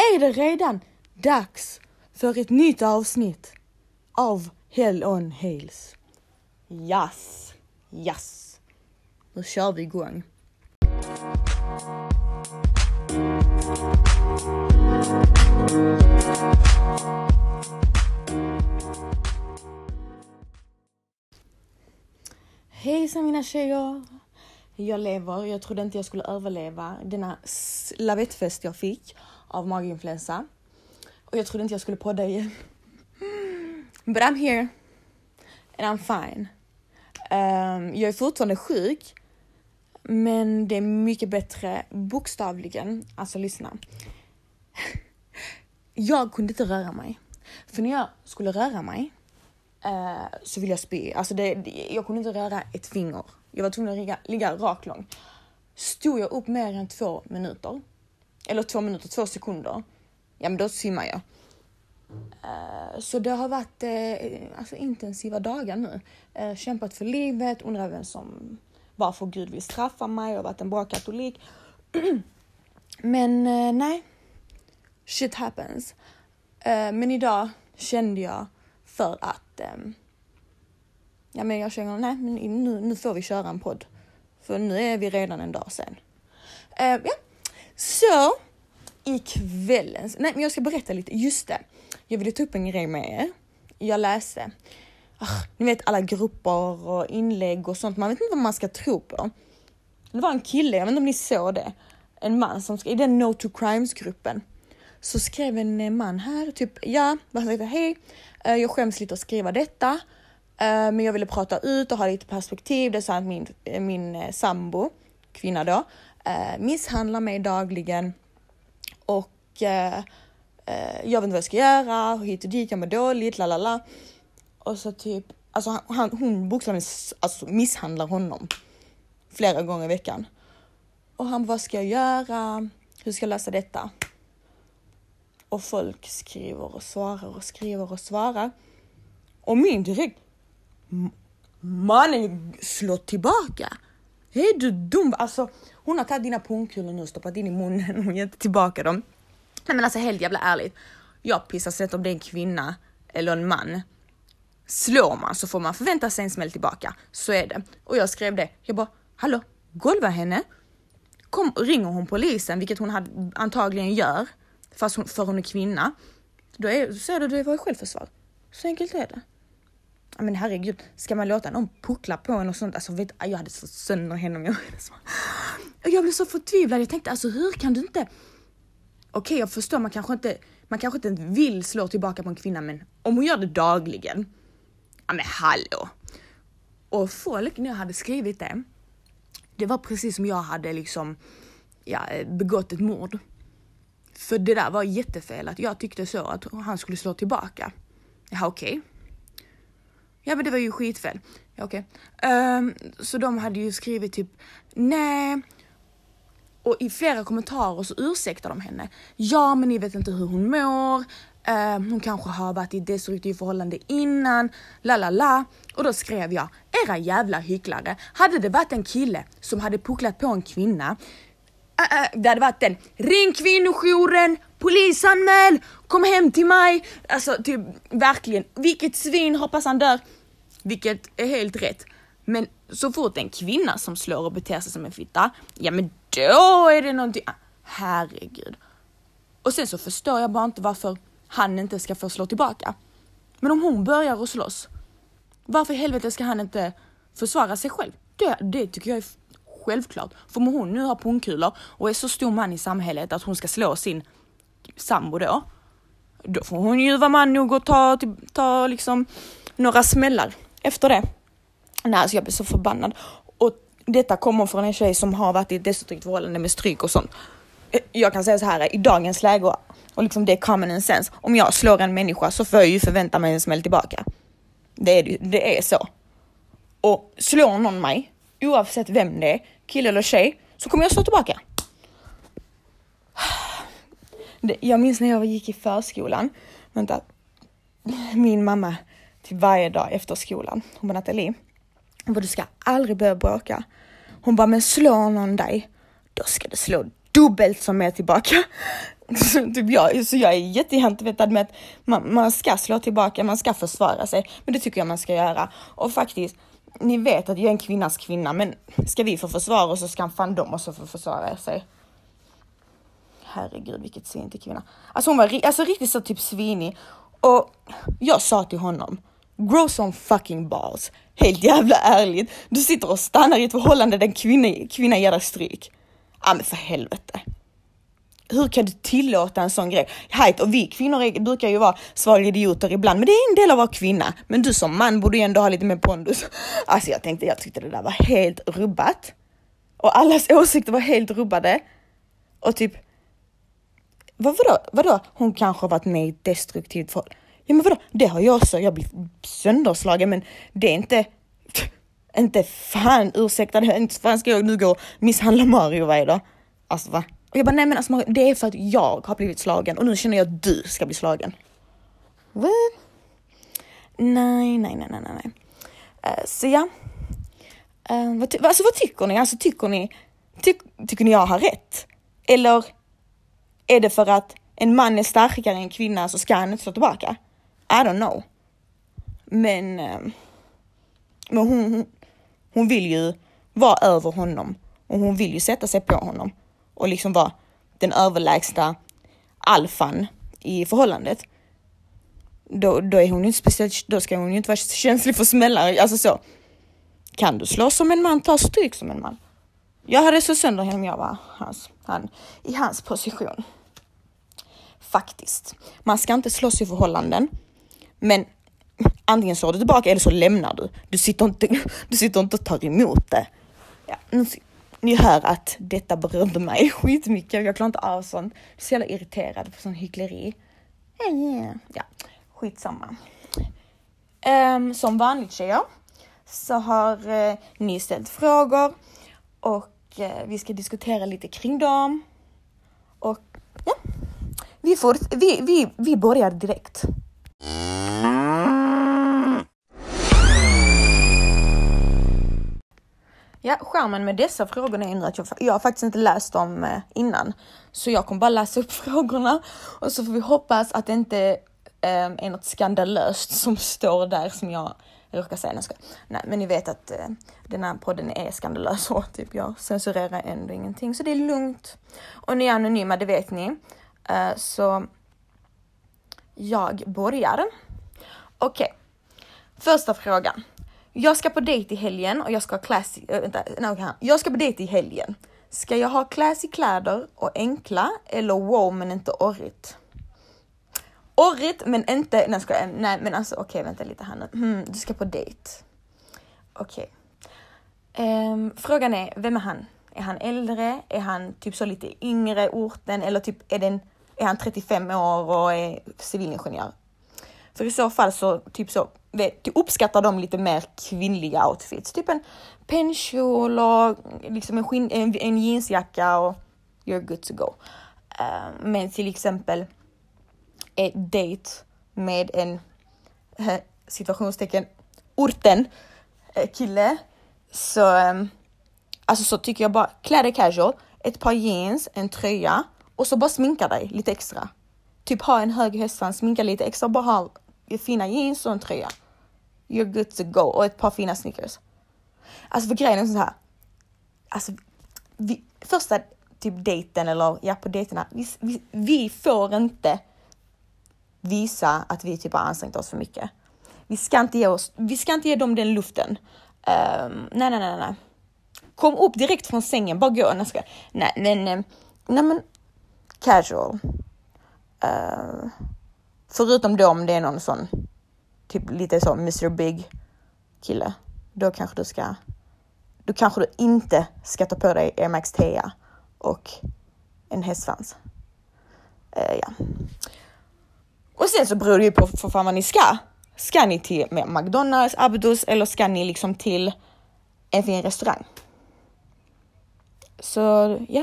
är det redan dags för ett nytt avsnitt av Hell on Heels. Yes. Nu kör vi igång. Hejsan mina tjejer. Jag lever. Jag trodde inte jag skulle överleva denna lavettfest jag fick av maginfluensa. Och jag trodde inte jag skulle podda igen. But I'm here. And I'm fine. Jag är fortfarande sjuk. Men det är mycket bättre bokstavligen. Alltså lyssna. Jag kunde inte röra mig. För när jag skulle röra mig så vill jag spy. Alltså jag kunde inte röra ett finger. Jag var tvungen att ligga rak lång. Stod jag upp mer än 2 minuter. Eller 2 minuter, 2 sekunder. Ja, men då svimmar jag. Så det har varit intensiva dagar nu. Kämpat för livet. Undrar vem som... Varför Gud vill straffa mig. Jag har varit en bra katolik. Men nej. Shit happens. Men idag kände jag för att... jag känner, nej, men nu får vi köra en podd. För nu är vi redan en dag sen. Så, i kvällens... Nej, men jag ska berätta lite. Just det. Jag ville ta upp en grej med er. Jag läste. Ni vet alla grupper och inlägg och sånt. Man vet inte vad man ska tro på. Det var en kille, jag vet inte om ni såg det. En man som skrev i den No to Crimes-gruppen. Så skrev en man här, typ, hej, jag skäms lite att skriva detta. Men jag ville prata ut och ha lite perspektiv. Det är så att min sambo, kvinna då, misshandlar mig dagligen. Och jag vet inte vad jag ska göra. Hit och dit, jag mår dåligt, lalala. Och så typ, alltså hon bokstavligen misshandlar honom flera gånger i veckan. Och han, vad ska jag göra? Hur ska jag lösa detta? Och folk skriver och svarar. Och min direkt, mannen slår tillbaka. Är du dum? Alltså, hon har tagit dina pungkulor nu och stoppat in i munnen och gett tillbaka dem. Nej, men alltså helt jävla ärligt. Jag pissar sett om det är en kvinna eller en man. Slår man så får man förvänta sig en smäll tillbaka. Så är det. Och jag skrev det. Jag bara, hallå, golva henne. Ringer hon polisen, vilket hon antagligen gör. För hon är kvinna. Så är det var ju självförsvar. Så enkelt är det. Men herregud, ska man låta någon puckla på en och sånt? Alltså jag hade så sönder henne om jag hade så. Jag blev så förtvivlad. Jag tänkte, alltså hur kan du inte... Okej, jag förstår, man kanske inte vill slå tillbaka på en kvinna, men om hon gör det dagligen. Ja men hallå. Och folk, när jag hade skrivit det var precis som jag hade liksom begått ett mord. För det där var jättefel, att jag tyckte så att han skulle slå tillbaka. Ja, okej. Ja, men det var ju skitfel. Ja, okej. Så de hade ju skrivit typ, nej. Och i flera kommentarer så ursäktar de henne. Ja, men ni vet inte hur hon mår. Hon kanske har varit i destruktivt förhållande innan. Lalala. Och då skrev jag, era jävla hycklare. Hade det varit en kille som hade pucklat på en kvinna. Det hade varit den. Ring kvinnojouren. Polisanmäl. Kom hem till mig. Alltså typ verkligen. Vilket svin, hoppas han dör. Vilket är helt rätt. Men så fort en kvinna som slår och beter sig som en fitta. Ja men då är det någonting. Herregud. Och sen så förstår jag bara inte varför han inte ska få slå tillbaka. Men om hon börjar att slåss. Varför i helvete ska han inte försvara sig själv? Det tycker jag är självklart. För om hon nu har pungkulor och är så stor man i samhället att hon ska slå sin sambo då får hon ju vara man nog och ta liksom några smällar efter det. Nej, alltså jag blir så förbannad. Och detta kommer från en tjej som har varit i ett destruktivt förhållande med stryk och sånt. Jag kan säga så här, i dagens läge och liksom det är common sense. Om jag slår en människa så får jag ju förvänta mig en smäll tillbaka. Det är så. Och slår någon mig, oavsett vem det är, kille eller tjej, så kommer jag slå tillbaka. Jag minns när jag gick i förskolan. Vänta. Min mamma till varje dag efter skolan. Hon bara, Nathalie. Hon bara, du ska aldrig börja bråka. Hon bara, men slår någon dig, då ska du slå dubbelt som är tillbaka. typ jag är jättehantvetad med att man ska slå tillbaka, man ska försvara sig. Men det tycker jag man ska göra. Och faktiskt, ni vet att jag är en kvinnas kvinna, men ska vi få försvara oss så ska fan de också få försvara sig. Herregud, vilket svin till kvinna. Alltså hon var riktigt så typ svinig. Och jag sa till honom, grow some fucking balls. Helt jävla ärligt. Du sitter och stannar i ett förhållande där kvinna ger dig stryk. Ja, men för helvete. Hur kan du tillåta en sån grej? Hejt, och vi kvinnor brukar ju vara svaga idioter ibland. Men det är en del av att vara kvinna. Men du som man borde ju ändå ha lite mer pondus. Alltså jag tyckte det där var helt rubbat. Och allas åsikter var helt rubbade. Och typ, vadå? Hon kanske har varit med i ett destruktivt förhållande. Ja men vadå? Det har jag också. Jag blir sönderslagen. Men det är inte fan ursäkta. Inte fan ska jag nu gå och misshandla Mario varje dag. Alltså va? Och jag bara, nej men alltså det är för att jag har blivit slagen. Och nu känner jag att du ska bli slagen. What? Nej. Så ja. Vad tycker ni? Alltså tycker ni jag har rätt? Eller är det för att en man är starkare än en kvinna så ska han inte slå tillbaka? I don't know. Men hon vill ju vara över honom. Och hon vill ju sätta sig på honom. Och liksom vara den överlägsta alfan i förhållandet. Då är hon inte speciellt, då ska hon ju inte vara känslig för smällar. Alltså så. Kan du slå som en man, ta stryk som en man. Jag hade så sönder honom, jag var i hans position. Faktiskt. Man ska inte slåss i förhållanden. Men antingen slår du tillbaka eller så lämnar du. Du sitter inte och tar emot det. Ja, ni hör att detta berörde mig skitmycket. Jag klarar inte av sånt. Jag är så jävla irriterad på sån hyckleri. Ja, skitsamma. Som vanligt tjejer så har ni ställt frågor. Och vi ska diskutera lite kring dem. Och ja, vi börjar direkt. Ja, skärmen med dessa frågorna är nu att jag har faktiskt inte läst dem innan. Så jag kommer bara läsa upp frågorna. Och så får vi hoppas att det inte är något skandalöst som står där som jag råkar säga. Nej, men ni vet att den här podden är skandalös. Och typ jag censurerar ändå ingenting. Så det är lugnt. Och ni är anonyma, det vet ni. Så jag börjar. Okej. Första frågan. Jag ska på dejt i helgen och jag ska ha jag ska på dejt i helgen. Ska jag ha classy kläder och enkla eller wow men inte orrigt? Orrigt men inte, nej men alltså okej, vänta lite här nu. Du ska på dejt. Okej. Frågan är, vem är han? Är han äldre? Är han typ så lite yngre orten? Eller typ är han 35 år och är civilingenjör? För i så fall så typ så uppskattar de lite mer kvinnliga outfits. Typ en pennkjol och liksom en jeansjacka och you're good to go. Men till exempel ett date med en situationstecken orten kille så alltså så tycker jag bara klä dig casual, ett par jeans, en tröja och så bara sminka dig lite extra. Typ ha en hög hästsvans, sminka lite extra, bara ha fina jeans och en tröja. You're good to go. Och ett par fina sneakers. Alltså för grejen är så här. Alltså första typ dejten eller på dejterna. Vi får inte visa att vi typ har ansträngt oss för mycket. Vi ska inte ge dem den luften. Nej. Kom upp direkt från sängen. Bara gå. Nej men casual. Förutom då om det är någon sån typ lite så Mr. Big kille, då kanske du inte ska ta på dig Air Max 10 och en hästsvans. Ja. Och sen så beror det ju på för fan vad ni ska. Ska ni till McDonald's, Abdus eller ska ni liksom till en fin restaurang? Så ja.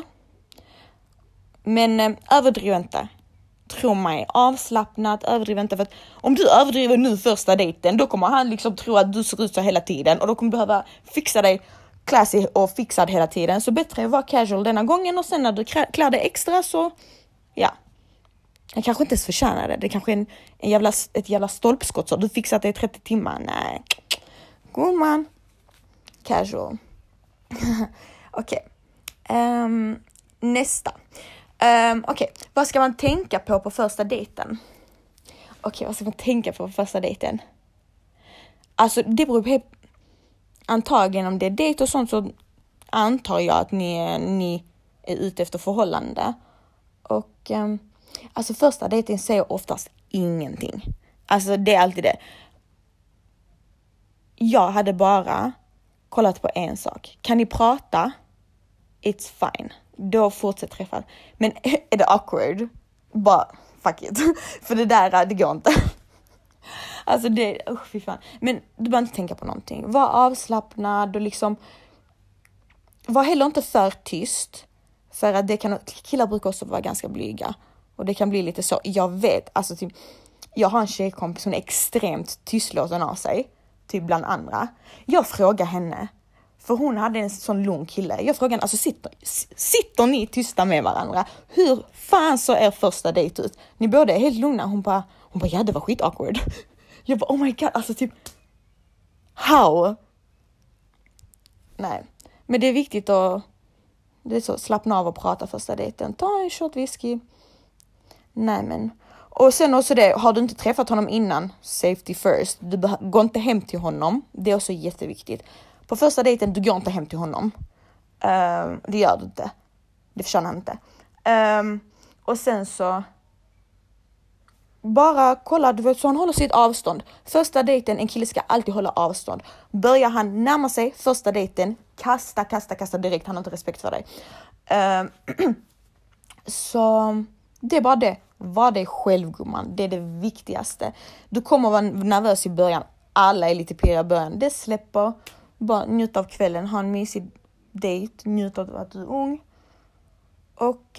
Men överdriv inte. Tro mig, avslappnat, överdriv inte. För att om du överdriver nu första dejten, då kommer han liksom tro att du ser ut så hela tiden. Och då kommer du behöva fixa dig classy och fixad hela tiden. Så bättre att vara casual denna gången. Och sen när du klär dig extra så, ja. Jag kanske inte ens förtjänar det. Det kanske är ett jävla stolpskott. Så du fixat det i 30 timmar. Nej. God man. Casual. Okej. Nästa. Okej. Vad ska man tänka på första dejten? Vad ska man tänka på första dejten? Alltså det beror på. Antagligen om det är dejt och sånt så antar jag att ni är ute efter förhållande. Och alltså första dejten säger oftast ingenting. Alltså det är alltid det. Jag hade bara kollat på en sak. Kan ni prata? It's fine. Då fortsätt träffa. Men är det awkward? Bara fuck it. För det går inte. Alltså det, fy fan. Men du behöver inte tänka på någonting. Var avslappnad och liksom var heller inte för tyst. För att killar brukar också vara ganska blyga. Och det kan bli lite så. Jag vet, alltså typ, jag har en tjejkompis som är extremt tystlåten av sig. Typ bland andra. Jag frågar henne. För hon hade en sån lugn kille. Jag frågar henne, alltså sitter ni tysta med varandra? Hur fan så er första dejt ut? Ni båda är helt lugna. Hon bara, ja det var skit awkward. Jag bara, oh my god, alltså typ, how? Nej, men det är viktigt att slappna av och prata första dejten. Ta en shot whisky. Nej men. Och sen också det, har du inte träffat honom innan, safety first. Du går inte hem till honom. Det är också jätteviktigt. På första dejten, du går inte hem till honom. Det gör du inte. Det förtjänar han inte. Och sen så bara kolla, du vet, så han håller sitt avstånd. Första dejten, en kille ska alltid hålla avstånd. Börjar han närma sig första dejten, kasta direkt, han har inte respekt för dig. Så det är bara det. Var dig själv, gumman. Det är det viktigaste. Du kommer vara nervös i början. Alla är lite pirriga i början. Det släpper. Bara njut av kvällen. Ha en mysig dejt. Njut av att du är ung. Och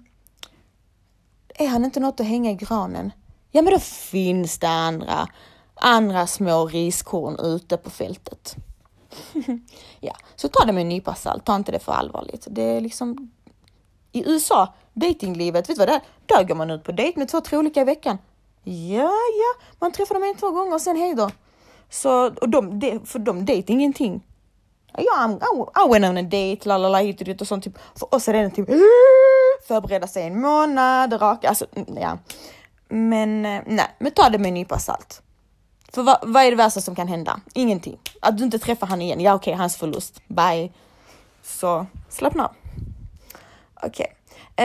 är han inte något att hänga i granen? Ja, men då finns det andra små riskorn ute på fältet. Ja, så ta det med en nypa salt. Ta inte det för allvarligt. Det är liksom i USA, datinglivet, vet du vad det är? Där går man ut på dejt med 2-3 olika i veckan. Ja, man träffar dem 1-2 gånger och sen hej då. Så, och för dem dejt ingenting. Ja, I went on a date, lalala, hit och dit och sånt typ. För oss är det typ förbereda sig en månad, raka, alltså, ja. Men nej, men ta det med en nypa salt. För vad är det värsta som kan hända? Ingenting. Att du inte träffar han igen. Ja, okej, hans förlust. Bye. Så, slappna av. Okej.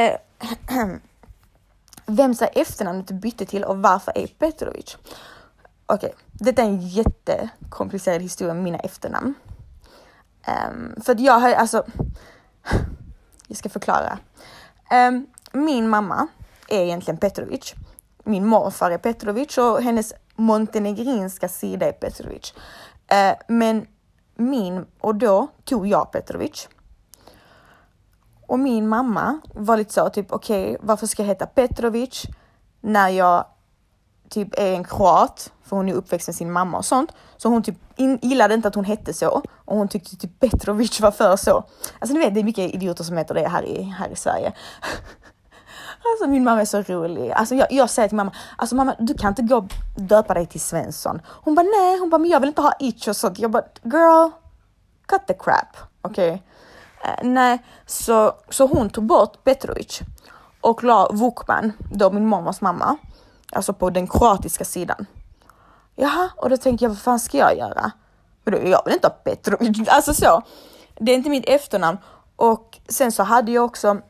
Vem sa efternamnet du bytte till och varför är Petrovic? Okej. Detta är en jättekomplicerad historia med mina efternamn. För att jag har, alltså, jag ska förklara. Min mamma är egentligen Petrovic. Min morfar är Petrovic och hennes montenegrinska sida är Petrovic. Men och då tog jag Petrovic. Och min mamma var lite så typ, okej, varför ska jag heta Petrovic när jag typ är en kroat? För hon är uppväxt med sin mamma och sånt. Så hon typ gillade inte att hon hette så. Och hon tyckte typ Petrovic var för så. Alltså ni vet, det är mycket idioter som heter det här i Sverige. Alltså min mamma är så rolig. Alltså jag säger till mamma, alltså mamma, du kan inte gå och döpa dig till Svensson. Hon bara, nej, men jag vill inte ha itch och sånt. Jag bara, girl, cut the crap, okej. Nej, så hon tog bort Petrovic och la Vukman, då min mammas mamma, alltså på den kroatiska sidan. Jaha, och då tänkte jag, vad fan ska jag göra? Jag vill inte ha Petrovic, alltså så. Det är inte mitt efternamn. Och sen så hade jag också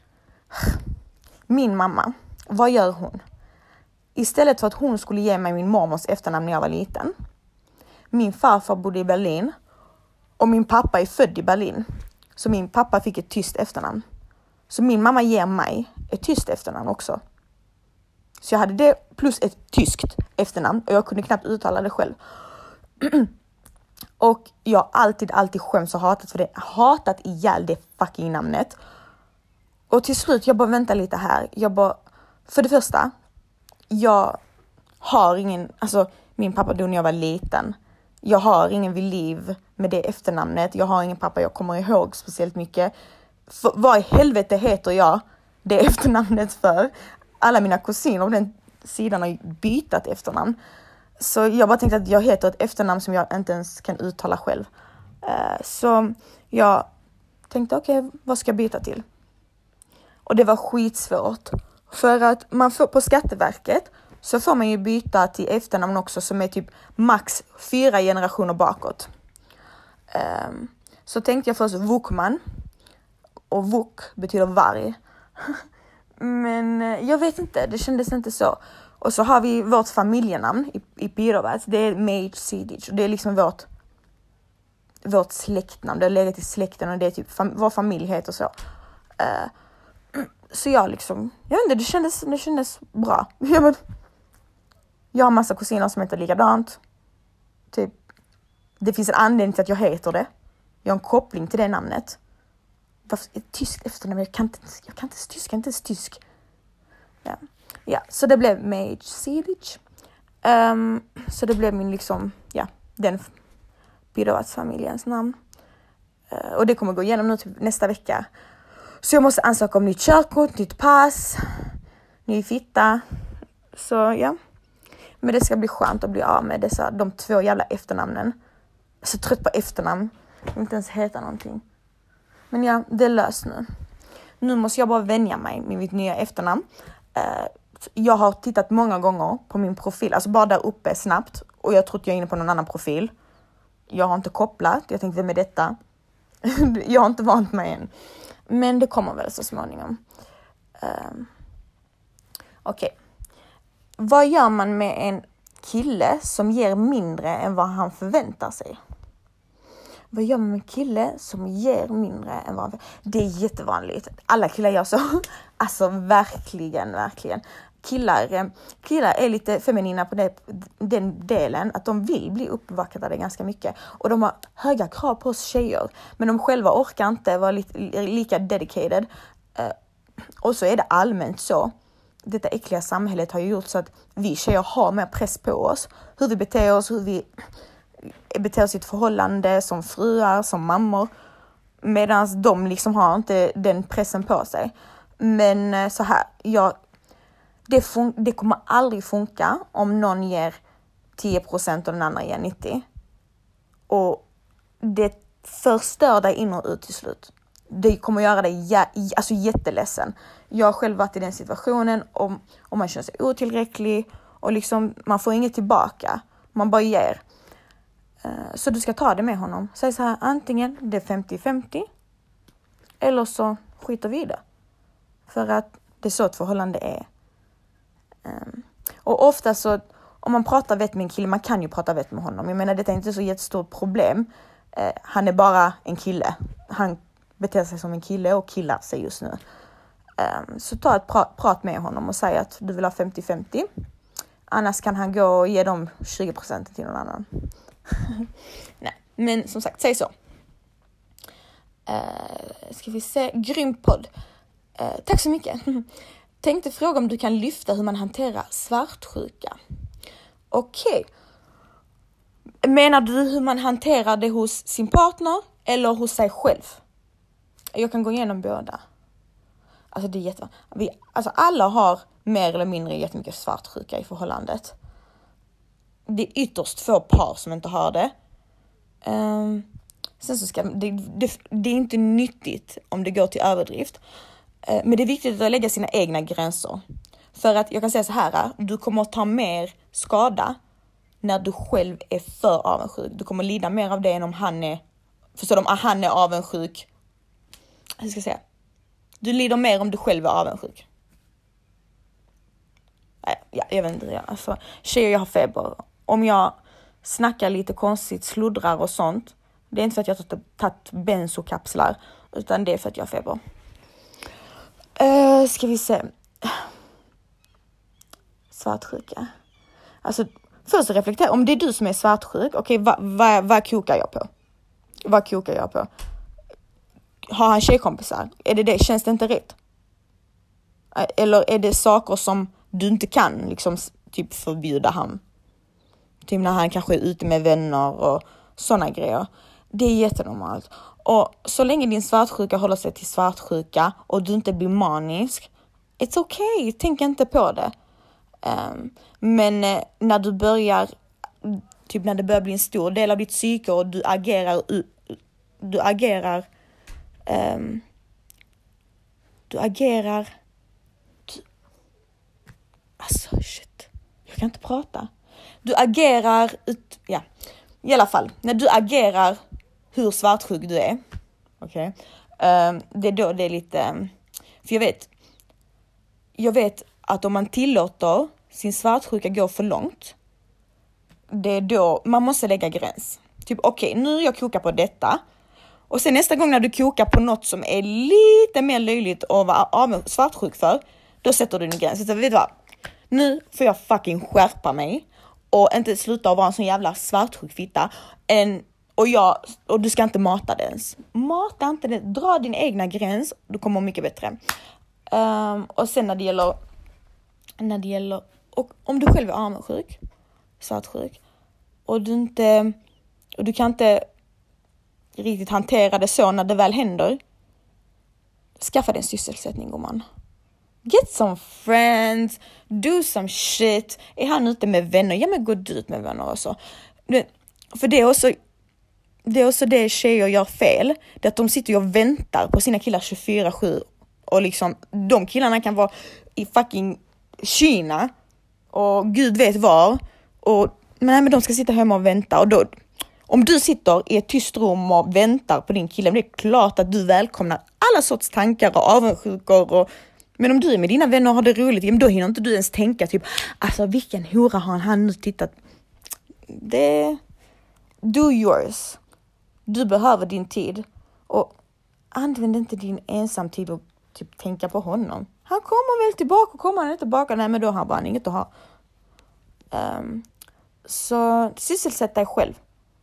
min mamma. Vad gör hon? Istället för att hon skulle ge mig min mormors efternamn när jag var liten. Min farfar bodde i Berlin och min pappa är född i Berlin. Så min pappa fick ett tyst efternamn. Så min mamma ger mig ett tyst efternamn också. Så jag hade det plus ett tyskt efternamn. Och jag kunde knappt uttala det själv. Och jag har alltid skämts och hatat för det. Hatat ihjäl det fucking namnet. Och till slut, jag bara vänta lite här. För det första. Jag har ingen, alltså min pappa dog när jag var liten. Jag har ingen vid liv med det efternamnet. Jag har ingen pappa jag kommer ihåg speciellt mycket. Vad i helvete heter jag det efternamnet för? alla mina kusiner på den sidan har bytt efternamn. Så jag bara tänkte att jag heter ett efternamn som jag inte ens kan uttala själv. Så jag tänkte okej, vad ska jag byta till? Och det var skitsvårt. För att man får på Skatteverket så får man ju byta till efternamn också som är typ max 4 generationer bakåt. Så tänkte jag först Wukman. Och Wuk betyder varg. Men jag vet inte, det kändes inte så. Och så har vi vårt familjenamn i Pirovac. Det är Mage Sidic. Och det är liksom vårt släktnamn. Det har legat i släkten och det är typ vår familj heter så. Så jag liksom, jag vet inte, det kändes bra. Jag har massa kusiner som heter likadant. Typ, det finns en anledning till att jag heter det. Jag har en koppling till det namnet. Ett tyskt efternamn, jag kan inte ens tysk. Ja, så det blev Mage Sidic. Så det blev min liksom, den Pirovac-familjens namn. Och det kommer gå igenom nu typ nästa vecka. Så jag måste ansöka om nytt körkort, nytt pass, ny fitta. Så ja. Men det ska bli skönt att bli av med de 2 jävla efternamnen. Jag är så trött på efternamn. Jag vill inte ens heta någonting. Men ja, det är löst nu. Nu måste jag bara vänja mig med mitt nya efternamn. Jag har tittat många gånger på min profil. Alltså bara där uppe snabbt. Och jag tror att jag är inne på någon annan profil. Jag har inte kopplat. Jag tänkte, vem är detta? Jag har inte vant mig än. Men det kommer väl så småningom. Okej. Vad gör man med en kille som ger mindre än vad han förväntar sig? Vad gör man med en kille som ger mindre än vad han... Det är jättevanligt. Alla killar gör så. Alltså verkligen. Killar är lite feminina på den delen. Att de vill bli uppvaktade ganska mycket. Och de har höga krav på oss tjejer. Men de själva orkar inte vara lika dedicated. Och så är det allmänt så. Detta äckliga samhället har ju gjort så att vi tjejer har mer press på oss. Hur vi beter oss, hur vi beter oss i ett förhållande som fruar, som mammor. Medan de liksom har inte den pressen på sig. Men så här, det kommer aldrig funka om någon ger 10% och den andra ger 90%. Och det förstör dig in och ut till slut. Det kommer göra dig jätteledsen. Jag har själv varit i den situationen om man känner sig otillräcklig och liksom man får inget tillbaka. Man bara ger. Så du ska ta det med honom. Säg så här, antingen det är 50-50 eller så skiter vi i det. För att det är så ett förhållande är. Och ofta så, om man pratar vett med en kille, man kan ju prata vett med honom. Jag menar, det är inte så jättestort problem. Han är bara en kille. Han beter sig som en kille och killar sig just nu. Så ta ett prat med honom och säg att du vill ha 50-50. Annars kan han gå och ge dem 20% till någon annan. Nej, men som sagt, säg så. Ska vi se, grym podd. Tack så mycket. Tänkte fråga om du kan lyfta hur man hanterar svartsjuka. Okej. Menar du hur man hanterar det hos sin partner eller hos sig själv? Jag kan gå igenom båda. Alltså det är jättevanligt. Alltså alla har mer eller mindre jättemycket svartsjuka i förhållandet. Det är ytterst få par som inte har det. Sen så ska det är inte nyttigt om det går till överdrift. Men det är viktigt att lägga sina egna gränser. För att jag kan säga så här, du kommer att ta mer skada när du själv är för avundsjuk. Du kommer lida mer av det än om han är avundsjuk. Jag ska säga. Du lider mer om du själv är avundsjuk. Ja, jag vet inte. Alltså, tjejer, jag har feber. Om jag snackar lite konstigt, sluddrar och sånt. Det är inte för att jag har tagit bensokapslar. Utan det är för att jag har feber. Ska vi se. Svartsjuka. Alltså, först reflektera. Om det är du som är svartsjuk. Okej, vad kokar jag på? Vad kokar jag på? Har han tjejkompisar? Är det? Känns det inte rätt? Eller är det saker som du inte kan liksom typ förbjuda han? Typ när han kanske är ute med vänner och såna grejer. Det är jättenormalt. Och så länge din svartsjuka håller sig till svartsjuka och du inte blir manisk It's okay, tänk inte på det. Men när du börjar, typ när det börjar bli en stor del av ditt psyke och du agerar alltså shit, jag kan inte prata. Du agerar i alla fall, när du agerar hur svartsjuk du är. Okej. Det är då det är lite, för jag vet att om man tillåter sin svartsjuka gå för långt, det är då man måste lägga gräns. Typ okej, nu jag kokar på detta. Och sen nästa gång när du kokar på något som är lite mer löjligt och vara svartsjuk för, då sätter du en gräns. Så vet du vad? Nu får jag fucking skärpa mig och inte sluta vara en sån jävla svartsjuk fitta. Och du ska inte mata det ens. Mata inte det. Dra din egna gräns. Du kommer mycket bättre. Och sen när det gäller och om du själv är avundsjuk, svartsjuk, och du kan inte riktigt hantera det så när det väl händer, skaffa dig en sysselsättning, gumman. Get some friends, do some shit. Är han ute med vänner? Ja, men gå ut med vänner och så. För det är också det tjejer gör fel. Det är att de sitter och väntar på sina killar 24/7. Och liksom, de killarna kan vara i fucking Kina. Och Gud vet var. Men de ska sitta hemma och vänta. Och då, om du sitter i ett tyst rum och väntar på din kille, det är klart att du välkomnar alla sorts tankar och avundsjukor. Men om du är med dina vänner och har det roligt, då hinner inte du ens tänka typ, alltså vilken hora har han nu tittat. Do yours. Du behöver din tid. Och använd inte din ensamtid och typ tänka på honom. Han kommer väl tillbaka, och kommer han inte tillbaka, nej, men då har han inget att ha. Så sysselsätt dig själv.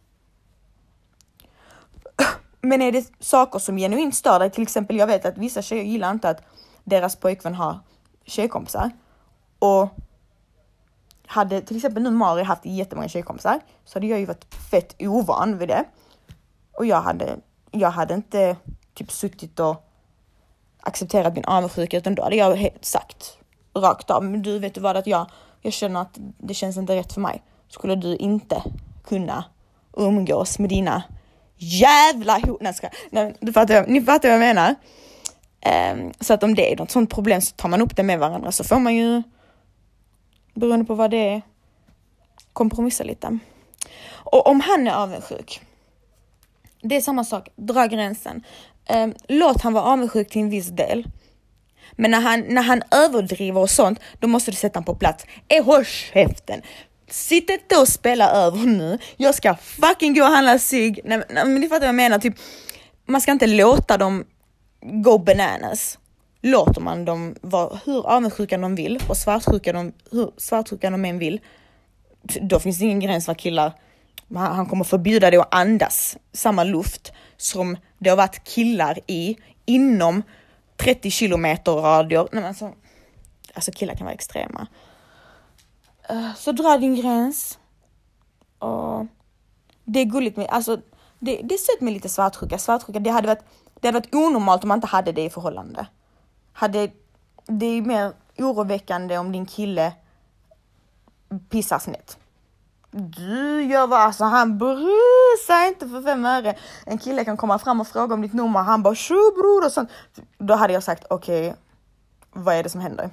Men är det saker som genuint stör dig, till exempel, jag vet att vissa tjejer gillar inte att deras pojkvän har tjejkompisar. Och hade till exempel nu Mari haft jättemånga tjejkompisar, så hade jag ju varit fett ovan vid det. Och jag hade inte typ suttit och accepterat min avundsjuka, utan då hade jag sagt rakt av, men du vet vad, att jag känner att det känns inte rätt för mig. Skulle du inte kunna umgås med dina jävla ni fattar vad jag menar. Så att om det är något sånt problem, så tar man upp det med varandra, så får man ju, beroende på vad det är, kompromissa lite. Och om han är avundsjuk, det är samma sak, dra gränsen. Låt han vara avundsjuk till en viss del. Men när han överdriver och sånt, då måste du sätta han på plats. Håll käften. Sitt inte och spela över nu. Jag ska fucking gå och handla cigg. Nej, men ni fattar vad jag menar. Typ, man ska inte låta dem go bananas. Låter man dem vara hur avundsjuka de vill och svartsjuka de än vill, då finns det ingen gräns för killar. Han kommer förbjuda dig att andas samma luft som det har varit killar inom 30 kilometer radie. Nej, men alltså killar kan vara extrema. Så dra din gräns. Och det är gulligt med, alltså det är sött med lite svartsjuka. Det hade varit onormalt om man inte hade det i förhållande. Det är mer oroväckande om din kille pissar snett. Du gör vad, alltså han bryr sig inte för 5 öre. En kille kan komma fram och fråga om ditt nummer, han bara tjo bror och sånt. Då hade jag sagt okej, vad är det som händer?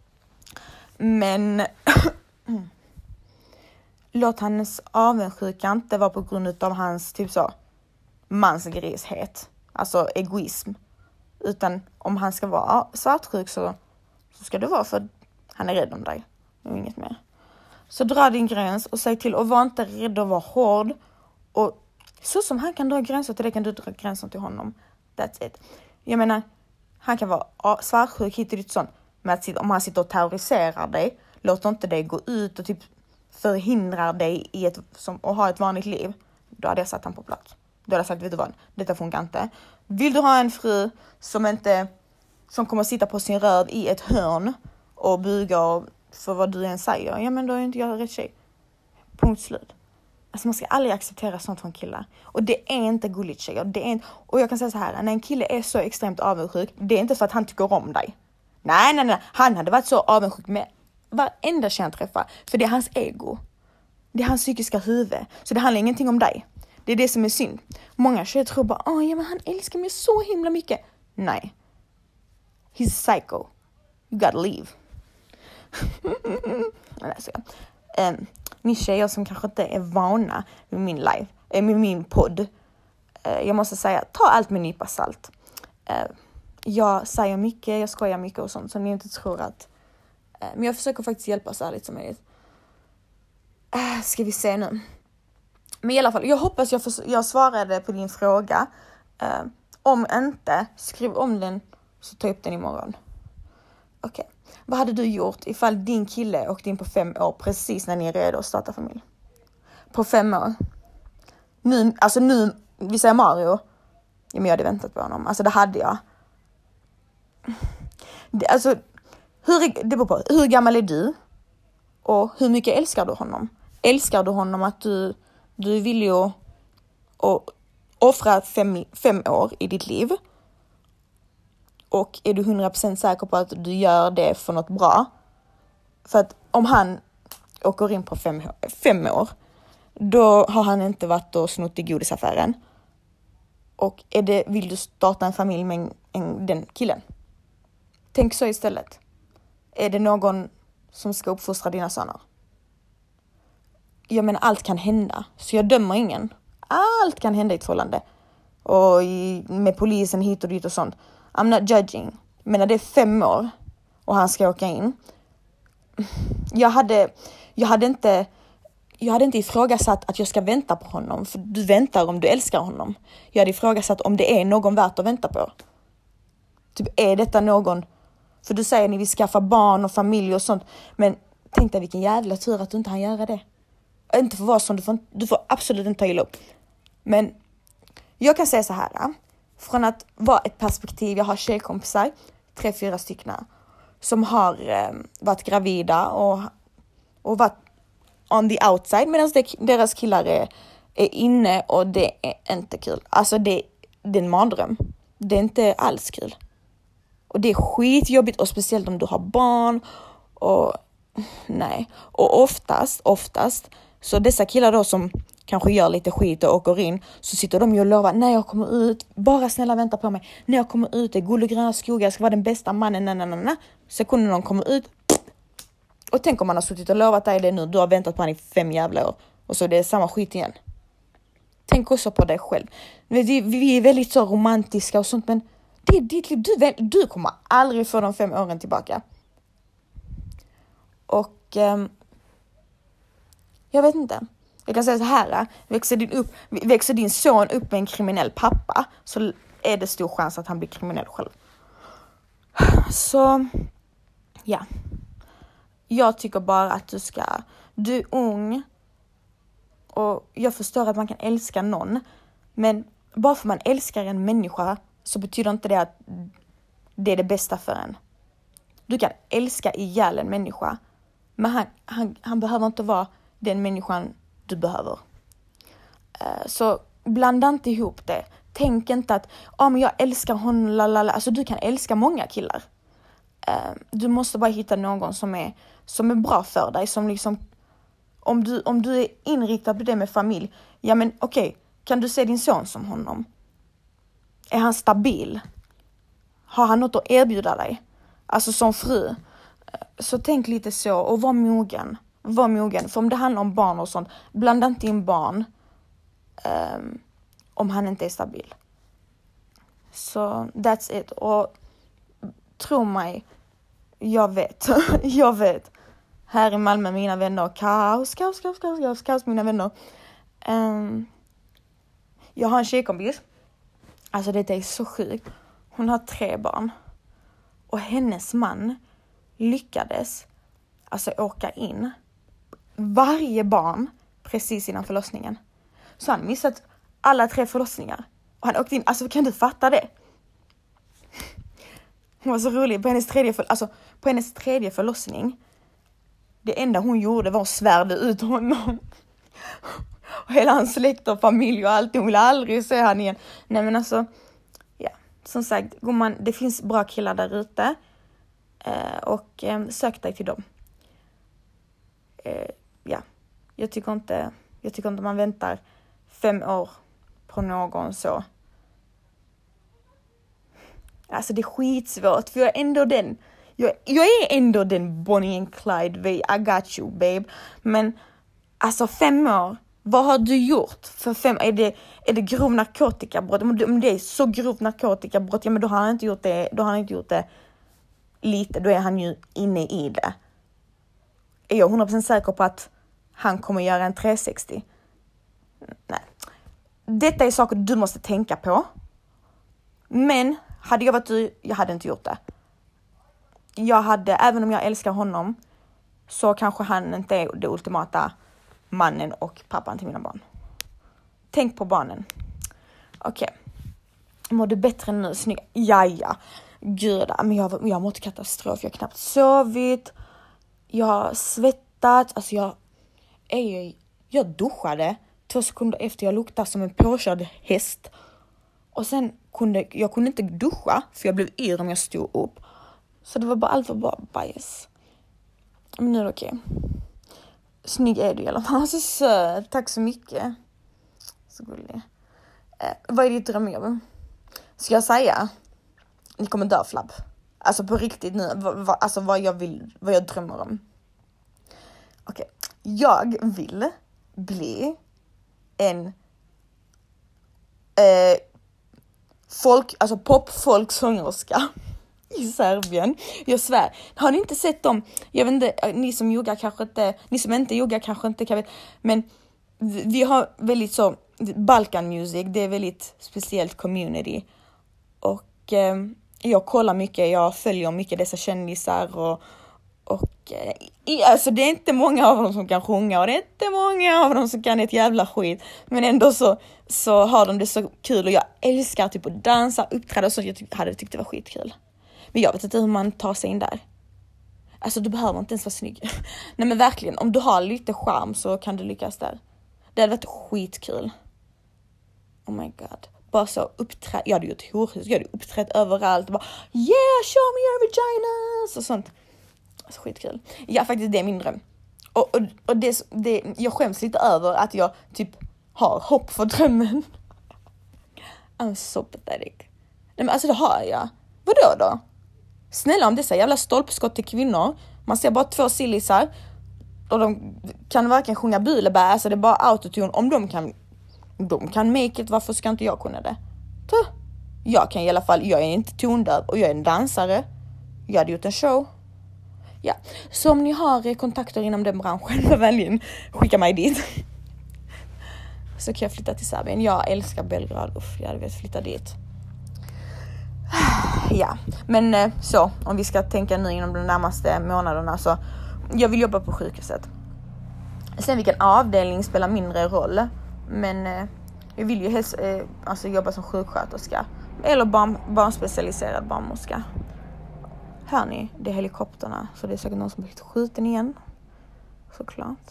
Men låt hans avundsjuka inte vara på grund av hans typ så mansgrishet, alltså egoism. Utan om han ska vara svartsjuk, så ska det vara för att han är rädd om dig och inget mer. Så dra din gräns och säg till, och var inte rädd att vara hård. Och så som han kan dra gränser till dig, kan du dra gränser till honom. That's it. Jag menar, han kan vara svartsjuk hit och dit sånt. Men om han sitter och terroriserar dig, låt inte dig gå ut och typ förhindrar dig att ha ett vanligt liv. Då hade jag satt han på plats. Då hade jag sagt, vet du vad, detta funkar inte. Vill du ha en fru som kommer sitta på sin röv i ett hörn och buga för vad du än säger, ja men då är inte jag rätt tjej. Punkt slut. Alltså man ska aldrig acceptera sånt från killar. Och det är inte gulligt, tjejer. Och jag kan säga så här, när en kille är så extremt avundsjuk, det är inte för att han tycker om dig. Nej. Han hade varit så avundsjuk med varenda tjej han träffar. För det är hans ego. Det är hans psykiska huvud. Så det handlar ingenting om dig. Det är det som är synd. Många tjejer tror bara, ja men han älskar mig så himla mycket. Nej. He's a psycho. You gotta leave. Ni tjejer som kanske inte är vana med min live, med min podd. Jag måste säga, ta allt med en nypa salt. Jag säger mycket, jag skojar mycket och sånt. Så ni inte tror att... men jag försöker faktiskt hjälpa så ärligt som möjligt. Ska vi se nu. Men i alla fall, jag hoppas jag svarade på din fråga. Om inte, skriv om den så tar jag upp den imorgon. Okej. Vad hade du gjort ifall din kille åkte in på 5 år precis när ni är redo att starta familj? På 5 år? Nu, vi säger Mario. Ja, men jag hade väntat på honom. Alltså det hade jag. Det beror på. Hur gammal är du? Och hur mycket älskar du honom? Älskar du honom att du vill ju att offra 5 år i ditt liv? Och är du 100% säker på att du gör det för något bra? För att om han åker in på 5 år, då har han inte varit och snott i godisaffären. Och vill du starta en familj med den killen? Tänk så istället. Är det någon som ska uppfostra dina söner? Jag menar, allt kan hända. Så jag dömer ingen. Allt kan hända i ett förhållande. Och med polisen hit och dit och sånt. I'm not judging. Men när det är 5 år och han ska åka in. Jag hade inte ifrågasatt att jag ska vänta på honom. För du väntar om du älskar honom. Jag hade ifrågasatt om det är någon värt att vänta på. Typ, är detta någon... För du säger att ni vill skaffa barn och familj och sånt. Men tänk dig vilken jävla tur att du inte hann göra det. Inte för vad som du får absolut inte ta illa upp. Men jag kan säga så här. Från att vara ett perspektiv. Jag har tjejkompisar. 3-4 stycken. Som har varit gravida och varit on the outside. Medan deras killar är inne och det är inte kul. Alltså det är en mardröm. Det är inte alls kul. Och det är skitjobbigt och speciellt om du har barn. Och nej. Och oftast. Så dessa killar då som kanske gör lite skit och åker in. Så sitter de ju och lovar. När jag kommer ut. Bara snälla vänta på mig. När jag kommer ut. Det är guld och gröna skogar. Jag ska vara den bästa mannen. Nej. Sekunden de kommer ut. Och tänk om man har suttit och lovat dig det nu. Du har väntat på honom i 5 jävla år. Och så det är samma skit igen. Tänk också på dig själv. Vi är väldigt så romantiska och sånt. Men det är ditt liv. Du kommer aldrig få de 5 åren tillbaka. Och jag vet inte. Jag kan säga så här. Växer din son upp med en kriminell pappa, så är det stor chans att han blir kriminell själv. Så ja. Jag tycker bara att du är ung. Och jag förstår att man kan älska någon. Men bara för man älskar en människa så betyder inte det att det är det bästa för en. Du kan älska ihjäl en människa. Men han behöver inte vara den människan du behöver. Så blanda inte ihop det. Tänk inte att men jag älskar honom. Lalala. Alltså du kan älska många killar. Du måste bara hitta någon som är bra för dig. Som liksom, om du är inriktad på det med familj. Ja men okej. Kan du se din son som honom? Är han stabil? Har han något att erbjuda dig? Alltså som fru. Så tänk lite så. Och var mogen. För om det handlar om barn och sånt. Blanda inte in barn. Om han inte är stabil. Så that's it. Och tro mig. Jag vet. Här i Malmö, mina vänner. Kaos mina vänner. Jag har en tjejkompis. Alltså det är så sjukt. Hon har 3 barn. Och hennes man lyckades åka in varje barn precis innan förlossningen. Så han missat alla 3 förlossningar. Och han åkte in. Alltså kan du fatta det? Hon var så rolig. På hennes tredje förlossning. Det enda hon gjorde var att svärda ut honom. Och hela hans släkt och familj och allt. Hon ville aldrig se han igen. Nej men alltså. Ja. Som sagt. Det finns bra killar där ute. Och sök dig till dem. Ja, jag tycker inte man väntar 5 år på någon så. Alltså det är skitsvårt, för jag är ändå den Bonnie and Clyde, I got you babe. Men alltså 5 år, vad har du gjort för 5? Är det grov narkotikabrott? Om det är så grovt narkotikabrott, ja men då har han inte gjort det lite, då är han ju inne i det. Är jag 100% säker på att han kommer göra en 360? Nej. Detta är saker du måste tänka på. Men hade jag varit du, jag hade inte gjort det. Även om jag älskar honom, så kanske han inte är det ultimata mannen och pappan till mina barn. Tänk på barnen. Okej. Mår du bättre nu? Snygg. Jaja. Gud, men jag har mått katastrof. Jag har knappt sovit. Jag har svettat. Alltså jag duschade 2 sekunder efter jag luktade som en påkörd häst. Och sen kunde jag inte duscha för jag blev yr om jag stod upp. Så allt var bara bajs. Men nu är det okej. Snygg är du i alla fall. Så söt. Tack så mycket. Så gullig. Vad är ditt drömjobb? Ska jag säga? Ni kommer dö, flabb. Alltså på riktigt nu. Alltså vad jag drömmer om. Okej. Jag vill bli en popfolksångerska i Serbien. Jag svär. Har ni inte sett dem? Jag vet inte, ni som inte joggar kanske inte kan veta. Men vi har väldigt så Balkan music, det är väldigt speciellt community. Och jag kollar mycket, jag följer mycket dessa kändisar och alltså det är inte många av dem som kan sjunga och det är inte många av dem som kan ett jävla skit, men ändå så har de det så kul och jag älskar typ att dansa, uppträda, så jag hade tyckt det var skitkul. Men jag vet inte hur man tar sig in där. Alltså du behöver inte ens vara snygg. Nej men verkligen, om du har lite charm så kan du lyckas där. Det hade varit skitkul. Oh my god. Bara så uppträd. Jag hade gjort horhus. Jag hade uppträtt överallt. Och bara, yeah, show me your vaginas. Och sånt. Alltså skitkul. Ja, faktiskt det är min dröm. Och det, jag skäms lite över att jag typ har hopp för drömmen. I'm so pathetic. Nej men alltså det har jag. Vadå då? Snälla, om dessa jävla stolpskott till kvinnor. Man ser bara 2 sillisar. Och de kan varken sjunga bu eller bä. Alltså det är bara autotune. Om de kan make it, varför ska inte jag kunna det? Jag kan i alla fall, jag är inte tondöv och jag är en dansare. Jag hade gjort en show. Ja, så om ni har kontakter inom den branschen, välj skicka mig dit. Så kan jag flytta till Serbien. Jag älskar Belgrad. Jag hade velat flytta dit. Ja, men så om vi ska tänka nu inom de närmaste månaderna, så jag vill jobba på sjukhuset. Sen vilken avdelning spelar mindre roll, men jag vill ju helst jobba som sjuksköterska eller barnspecialiserad barnmorska. Hör ni, det är helikopterna, så det är säkert någon som blivit skjuten igen. Såklart.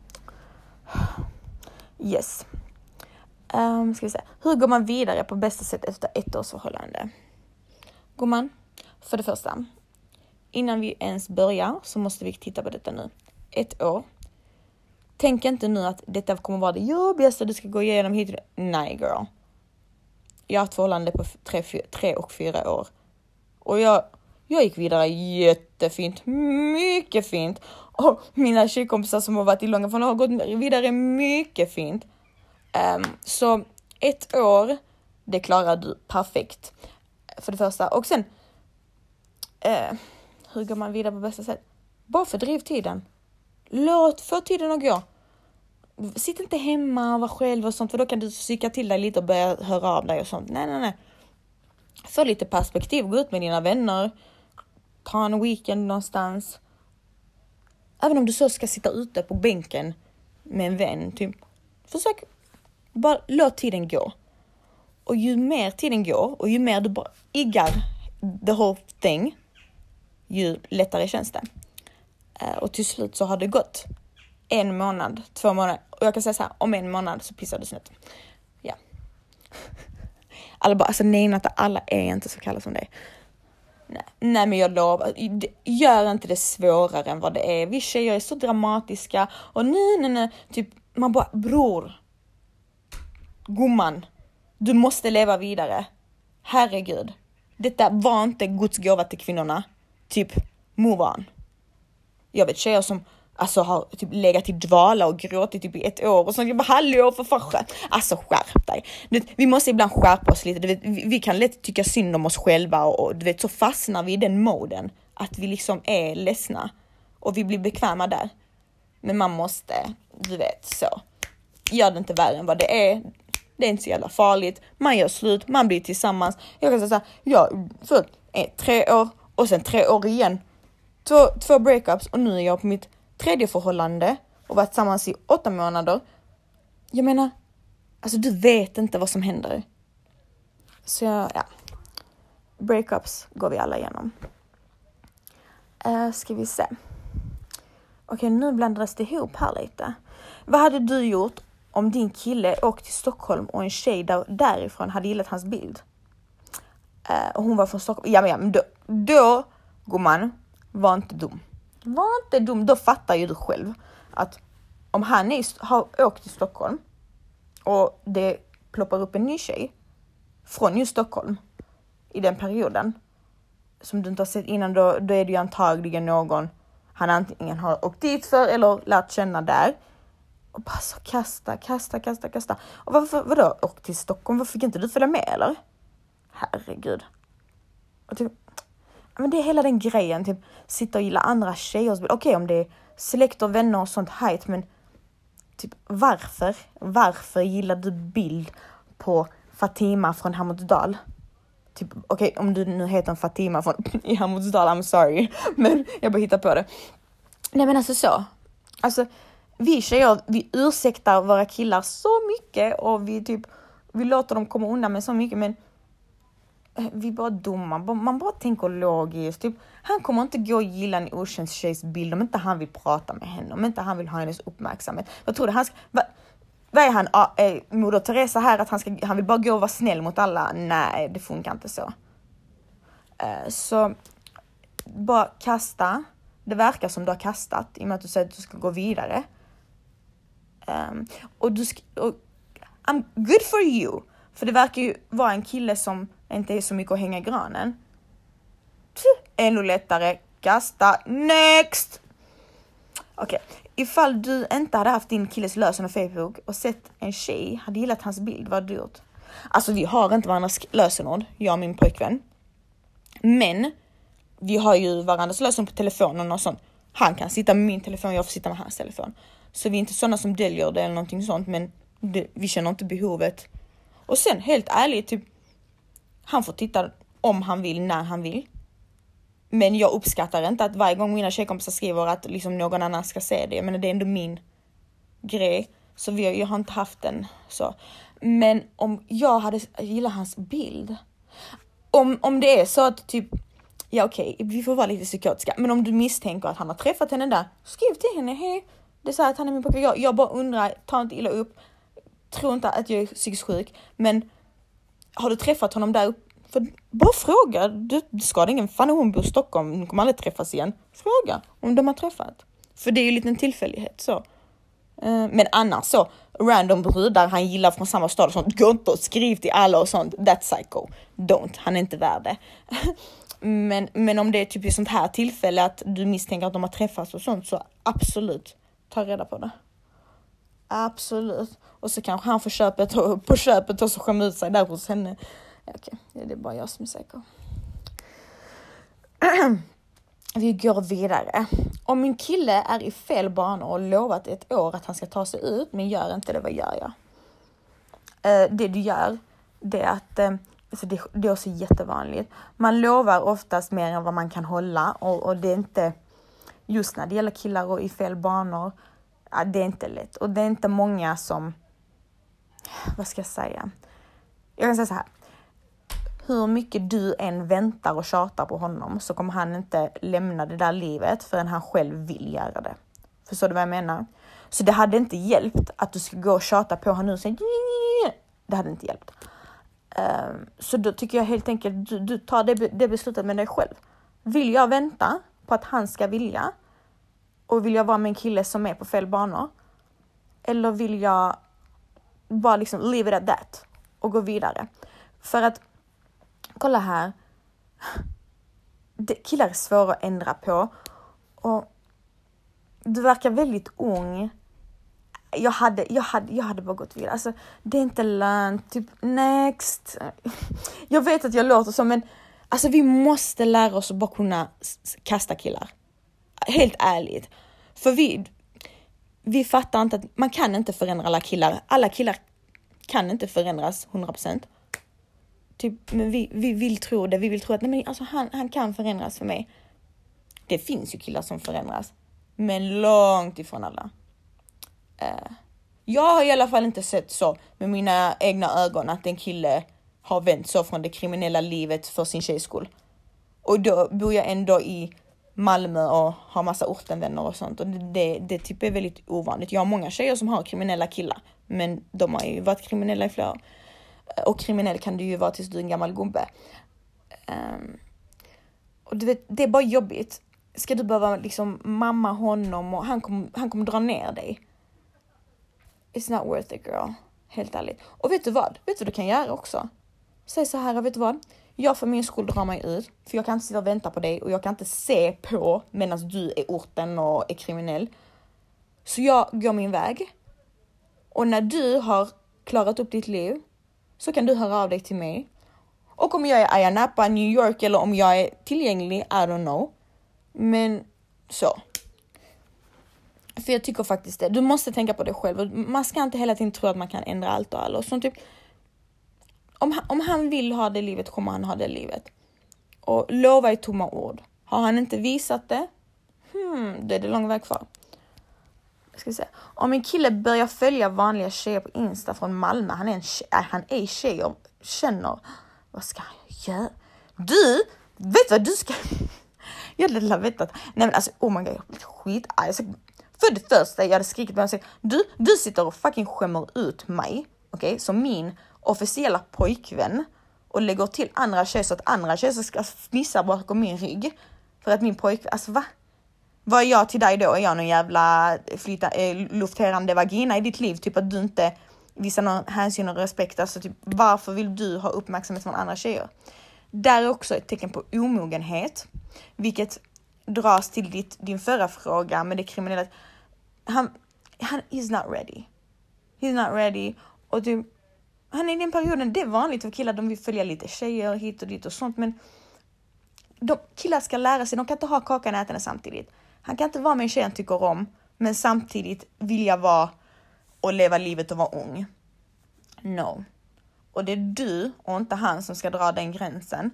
Yes. Ska vi se. Hur går man vidare på bästa sätt efter 1 års förhållande? Gumman, för det första, innan vi ens börjar så måste vi titta på detta nu. 1 år. Tänk inte nu att detta kommer vara det jobbigaste du ska gå igenom hit. Nej, girl. Jag har ett förhållande på 3 och 4 år. Och jag gick vidare jättefint. Mycket fint. Och mina tjejkompisar som har varit i långa förhållanden har gått vidare mycket fint. Så 1 år, det klarar du perfekt. För det första. Och sen, hur går man vidare på bästa sätt? Bara fördriv tiden. Få tiden att gå. Sitt inte hemma och var själv och sånt, för då kan du psyka till dig lite och börja höra av dig och sånt. Nej. Få lite perspektiv, gå ut med dina vänner. Ta en weekend någonstans. Även om du så ska sitta ute på bänken med en vän, typ. Försök, bara låt tiden gå. Och ju mer tiden går och ju mer du bara iggar the whole thing, ju lättare känns det. Och till slut så har det gått 1 månad, 2 månader. Och jag kan säga så här, om 1 månad så pissar du snett. Ja. Alla bara, alltså nej, att alla är inte så kalla som dig. Nej, men jag lovar. Gör inte det svårare än vad det är. Vi tjejer är så dramatiska. Och nej. Typ, man bara, bror. Gumman. Du måste leva vidare. Herregud. Detta var inte Guds gåva till kvinnorna. Typ, move on. Jag vet tjejer som har typ legat i dvala och gråtit typ i 1 år. Och så jag bara, hallå för fan. Alltså skärp dig. Vi måste ibland skärpa oss lite. Du vet, vi kan lätt tycka synd om oss själva. Och du vet, så fastnar vi i den moden. Att vi liksom är ledsna. Och vi blir bekväma där. Men man måste, du vet, så. Gör det inte värre än vad det är. Det är inte så jävla farligt. Man gör slut. Man blir tillsammans. Jag kan säga så här. Jag för 3 år. Och sen 3 år igen. 2 breakups. Och nu är jag på mitt 3:e förhållande. Och varit tillsammans i 8 månader. Jag menar. Alltså du vet inte vad som händer. Så ja. Breakups går vi alla igenom. Ska vi se. Okej, nu blandades det ihop här lite. Vad hade du gjort om din kille åkte till Stockholm och en tjej därifrån hade gillat hans bild? Och hon var från Stockholm. Ja, men då gumman, var inte dum. Då fattar ju du själv att om han har åkt till Stockholm och det ploppar upp en ny tjej från just Stockholm i den perioden som du inte har sett innan, då är det ju antagligen någon han antingen har åkt dit för eller lärt känna där. Och bara så kasta. Och vadå åkt till Stockholm? Varför fick inte du följa med eller? Herregud. Och typ, men det är hela den grejen. Typ, sitta och gilla andra tjejer. Okej, om det är släkt och vänner och sånt hejt. Men typ, varför gillar du bild på Fatima från Hammondal? Typ, okej, om du nu heter Fatima från i Hammondal, I'm sorry. Men jag bara hittar på det. Nej, men alltså så. Alltså, vi tjejer, vi ursäktar våra killar så mycket. Och vi låter dem komma undan med så mycket. Men vi bara dumma. Man bara tänker logiskt. Typ, han kommer inte gå och gilla en okänd tjejs bild om inte han vill prata med henne. Om inte han vill ha hennes uppmärksamhet. Vad tror du? Vad är han? Moder Teresa här att han vill bara gå och vara snäll mot alla? Nej, det funkar inte så. Så bara kasta. Det verkar som du har kastat i och med att du säger att du ska gå vidare. Och I'm good for you. För det verkar ju vara en kille som inte är så mycket att hänga i granen. Ännu lättare. Kasta. Next! Okej. Ifall du inte hade haft din killes lösenord på Facebook och sett en tjej hade gillat hans bild, vad hade du gjort? Alltså vi har inte varandras lösenord, jag och min pojkvän. Men vi har ju varandras lösenord på telefonen och sånt. Han kan sitta med min telefon, jag får sitta med hans telefon. Så vi är inte sådana som döljer det eller någonting sånt, men vi känner inte behovet. Och sen helt ärligt, typ, han får titta om han vill, när han vill. Men jag uppskattar inte att varje gång mina tjejkompisar skriver att liksom någon annan ska se det. Men det är ändå min grej. Så jag har inte haft den så. Men om jag hade gillat hans bild. Om det är så att typ, ja okej, vi får vara lite psykotiska. Men om du misstänker att han har träffat henne där, skriv till henne, hej. Det är så att han är min pojke. Jag bara undrar, ta inte illa upp. Tror inte att jag är psykiskt sjuk. Men har du träffat honom där uppe? För bara fråga, du ska ingen fan hon bor i Stockholm, de kommer aldrig träffas igen. Fråga om de har träffat. För det är ju en liten tillfällighet så. Men annars så, random brudar han gillar från samma stad och sånt, gå inte och skriv till alla och sånt, that's psycho. Don't, han är inte värd det. men om det är typ i sånt här tillfälle att du misstänker att de har träffats och sånt, så absolut, ta reda på det. Absolut. Och så kanske han får på köpet och så skämmer ut sig där hos henne. Okej, det är bara jag som är säker. Vi går vidare. Om min kille är i fel bana och lovat 1 år att han ska ta sig ut, men gör inte det, vad gör jag? Det du gör, det är att alltså det är också jättevanligt. Man lovar oftast mer än vad man kan hålla. Och det är inte, just när det gäller killar och i fel banor, det är inte lätt. Och det är inte många som, vad ska jag säga? Jag kan säga så här. Hur mycket du än väntar och tjatar på honom så kommer han inte lämna det där livet förrän han själv vill göra det. Förstår du vad jag menar? Så det hade inte hjälpt att du skulle gå och tjata på honom nu och säga, det hade inte hjälpt. Så då tycker jag helt enkelt du tar det beslutet med dig själv. Vill jag vänta på att han ska vilja? Och vill jag vara med en kille som är på fel banor? Eller vill jag bara liksom leave it at that och gå vidare? För att, kolla här. Killar är svåra att ändra på. Och du verkar väldigt ung. Jag hade bara gått vidare. Alltså, det är inte lönt. Typ, next. Jag vet att jag låter så, men alltså, vi måste lära oss att bara kunna kasta killar. Helt ärligt. För vi fattar inte att man kan inte förändra alla killar. Alla killar kan inte förändras 100%. Typ, men vi vill tro det. Vi vill tro att nej, men alltså, han kan förändras för mig. Det finns ju killar som förändras. Men långt ifrån alla. Jag har i alla fall inte sett så med mina egna ögon att en kille har vänt så från det kriminella livet för sin tjejs skull. Och då bor jag ändå i Malmö och har massa ortenvänner och sånt. Och det typ är väldigt ovanligt. Jag har många tjejer som har kriminella killar. Men de har ju varit kriminella i flera år. Och kriminell kan du ju vara tills du är en gammal gubbe. Och du vet, det är bara jobbigt. Ska du behöva liksom mamma honom och han kommer dra ner dig. It's not worth it, girl. Helt ärligt. Och vet du vad? Vet du vad du kan göra också? Säg så här, vet du vad? Jag för min skull drar mig ut. För jag kan inte sitta och vänta på dig. Och jag kan inte se på medan du är orten och är kriminell. Så jag går min väg. Och när du har klarat upp ditt liv så kan du höra av dig till mig. Och om jag är i Ayia Napa, New York eller om jag är tillgänglig, I don't know. Men så. För jag tycker faktiskt det. Du måste tänka på det själv. Man ska inte hela tiden tro att man kan ändra allt och alla. Och sånt typ. Om han vill ha det livet kommer han ha det livet. Och lova i tomma ord. Har han inte visat det? Då är det lång väg kvar. Ska vi se. Om en kille börjar följa vanliga tjejer på Insta från Malmö. Han är tjej och känner. Vad ska han göra? Du, vet vad du ska... Jag hade vetat. Nej men alltså, oh my god, jag blir skitarg. För det första, jag hade skrikit på honom och sagt, du sitter och fucking skämmer ut mig, okej, som min officiella pojkvän och lägger till andra tjejer så att andra tjejer ska fnissa bakom min rygg för att min pojkvän, alltså va? Vad är jag till dig då? Är jag någon jävla lufterande vagina i ditt liv? Typ att du inte visar någon hänsyn och respekt. Alltså typ, varför vill du ha uppmärksamhet från andra tjejer? Där är också ett tecken på omogenhet. Vilket dras till din förra fråga med det kriminella. Han is not ready. He's not ready. Och typ, han är i den perioden, det är vanligt för killar, de vill följa lite tjejer hit och dit och sånt. Men killar ska lära sig, de kan inte ha kakan och äta den samtidigt. Han kan inte vara med en tjej han tycker om, men samtidigt vilja vara och leva livet och vara ung. No. Och det är du och inte han som ska dra den gränsen.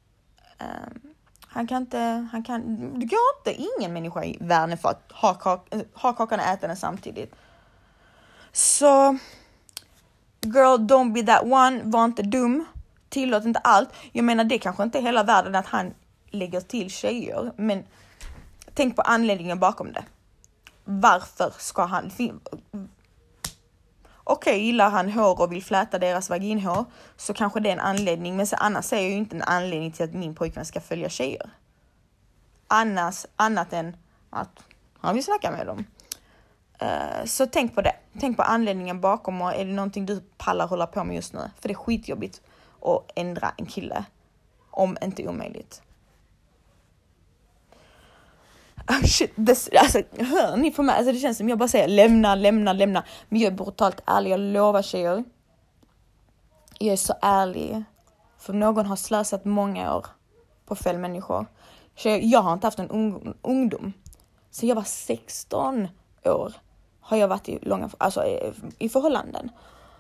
Det går inte, ingen människa i världen för att ha kakan och äta den samtidigt. Så, girl, don't be that one. Var inte dum. Tillåt inte allt. Jag menar, det kanske inte är hela världen att han lägger till tjejer. Men tänk på anledningen bakom det. Varför ska han... Okej, gillar han hår och vill fläta deras vaginhår så kanske det är en anledning. Men så annars säger jag ju inte en anledning till att min pojkvän ska följa tjejer. Annat än att han vill snacka med dem. Så tänk på det. Tänk på anledningen bakom, och är det någonting du pallar hålla på med just nu? För det är skitjobbigt att ändra en kille. Om inte omöjligt. Oh shit, alltså, hör ni på mig? Alltså, det känns som jag bara säger lämna. Men jag är brutalt ärlig, jag lovar tjejer. Jag är så ärlig. För någon har slösat många år på fel människor. Tjejer, jag har inte haft en ungdom. Så jag var 16 år. Har jag varit i förhållanden.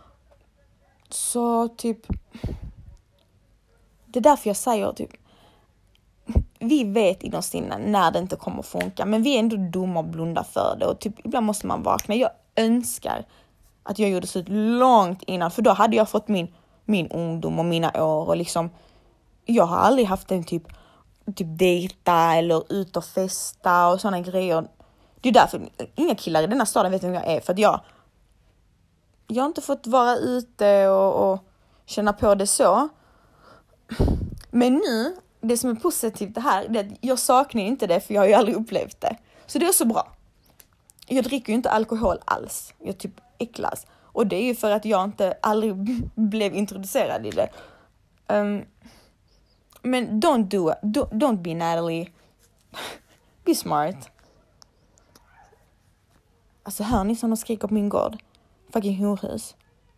Så typ. Det är därför jag säger typ. Vi vet inom sinnen när det inte kommer att funka. Men vi är ändå dumma och blunda för det. Och typ ibland måste man vakna. Jag önskar att jag gjorde slut långt innan. För då hade jag fått min ungdom och mina år. Och liksom, jag har aldrig haft en typ dejta eller ut och festa och sådana grejer. Det är därför inga killar i denna staden vet vem jag är. För att jag har inte fått vara ute och känna på det så. Men nu, det som är positivt det här, det är att jag saknar inte det, för jag har ju aldrig upplevt det. Så det är så bra. Jag dricker ju inte alkohol alls. Jag typ äcklas. Och det är ju för att jag aldrig blev introducerad i det. Men don't be Natalie. Be smart. Alltså, hör ni som de skriker på min gård? Fucking horhus.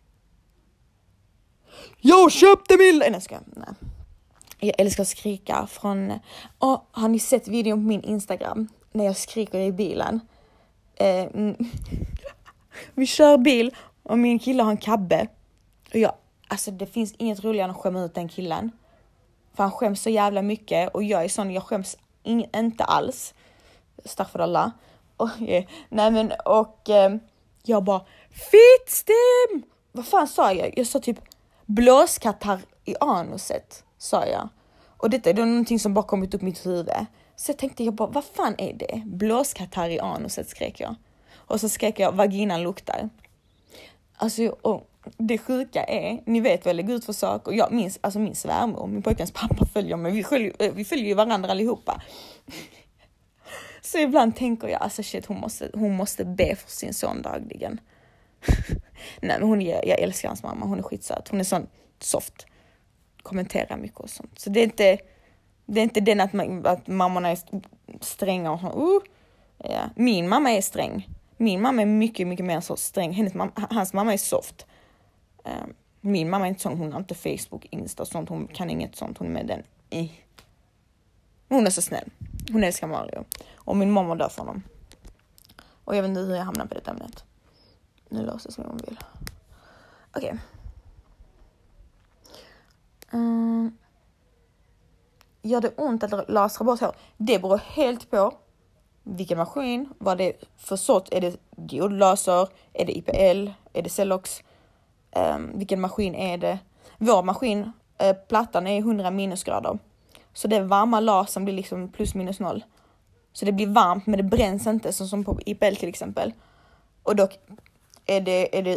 Jag köpte min... Nej. Jag älskar att skrika från... har ni sett videon på min Instagram? När jag skriker i bilen. Vi kör bil och min kille har en kabbe. Och alltså det finns inget roligare än att skämma ut den killen. För han skäms så jävla mycket. Och jag är sån, jag skäms inte alls. Astaghfirullah. Jag bara, fittstim! Vad fan sa jag? Jag sa typ blåskatarr i anuset, sa jag. Och detta är då någonting som bara kommit upp i mitt huvud. Så jag tänkte, vad fan är det? Blåskatarr i anuset, skrek jag. Och så skrek jag, vaginan luktar. Alltså, och det sjuka är, ni vet väl, lägger ut för sak. Och jag minns, alltså min svärmor, min pojkens pappa följer mig. Vi följer ju varandra allihopa. Så ibland tänker jag, alltså shit, hon måste be för sin son dagligen. Nej, men jag älskar hans mamma, hon är skitsöt. Hon är sån soft. Kommenterar mycket och sånt. Så det är inte den att mammorna är stränga och så. Ja. Min mamma är sträng. Min mamma är mycket, mycket mer så sträng. Hans mamma är soft. Min mamma är inte sån, hon har inte Facebook, Insta och sånt. Hon kan inget sånt, hon är med den. Hon är så snäll. Hon älskar Mario. Och min mamma dör för honom. Och jag vet inte hur jag hamnar på det ämnet. Nu låtsas min mobil. Okej. Gör det ont att lasra bort hår? Det beror helt på vilken maskin, vad det är för sort. Är det diodlaser? Är det IPL? Är det Cellox? Vilken maskin är det? Vår maskin, plattan är 100 minusgrader. Så det varma lasern blir liksom plus minus noll. Så det blir varmt, men det bränns inte som på IPL till exempel. Och dock är det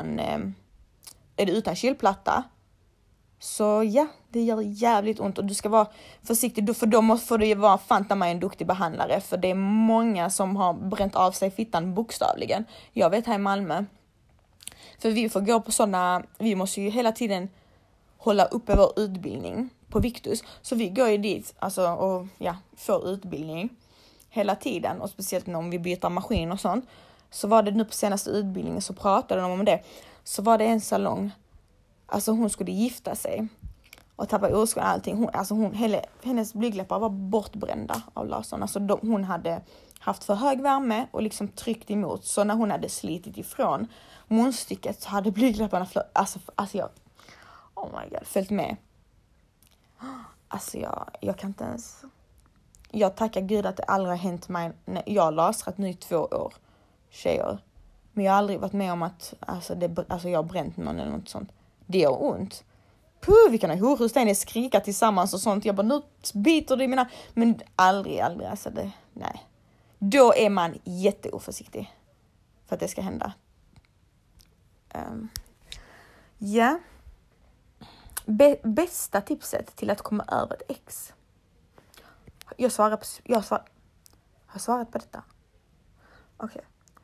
utan kylplatta. Så ja, det gör jävligt ont. Och du ska vara försiktig, för då får du ju vara fanta mig en duktig behandlare. För det är många som har bränt av sig fittan bokstavligen. Jag vet här i Malmö. För vi får gå på sådana, vi måste ju hela tiden hålla uppe vår utbildning på Victus. Så vi går ju dit alltså, och får utbildning hela tiden. Och speciellt om vi byter maskin och sånt. Så var det nu på senaste utbildningen så pratade de om det. Så var det en salong. Alltså hon skulle gifta sig. Och tappa urskål och allting. Hennes blygdläppar var bortbrända av lasern. Alltså hon hade haft för hög värme och liksom tryckt emot. Så när hon hade slitit ifrån munstycket så hade blygdläpparna oh my god, följt med. Alltså jag kan inte ens... Jag tackar Gud att det aldrig har hänt mig när jag har lasrat nu i 2 år. Tjejer. Men jag har aldrig varit med om att jag har bränt någon eller något sånt. Det gör ont. Vi kan ha horhus där inne, skrika tillsammans och sånt. Jag bara, nu biter det i mina... Men aldrig. Alltså nej. Då är man jätteoförsiktig. För att det ska hända. Ja. Bästa tipset till att komma över ett ex. Jag har svarat på detta. Okej.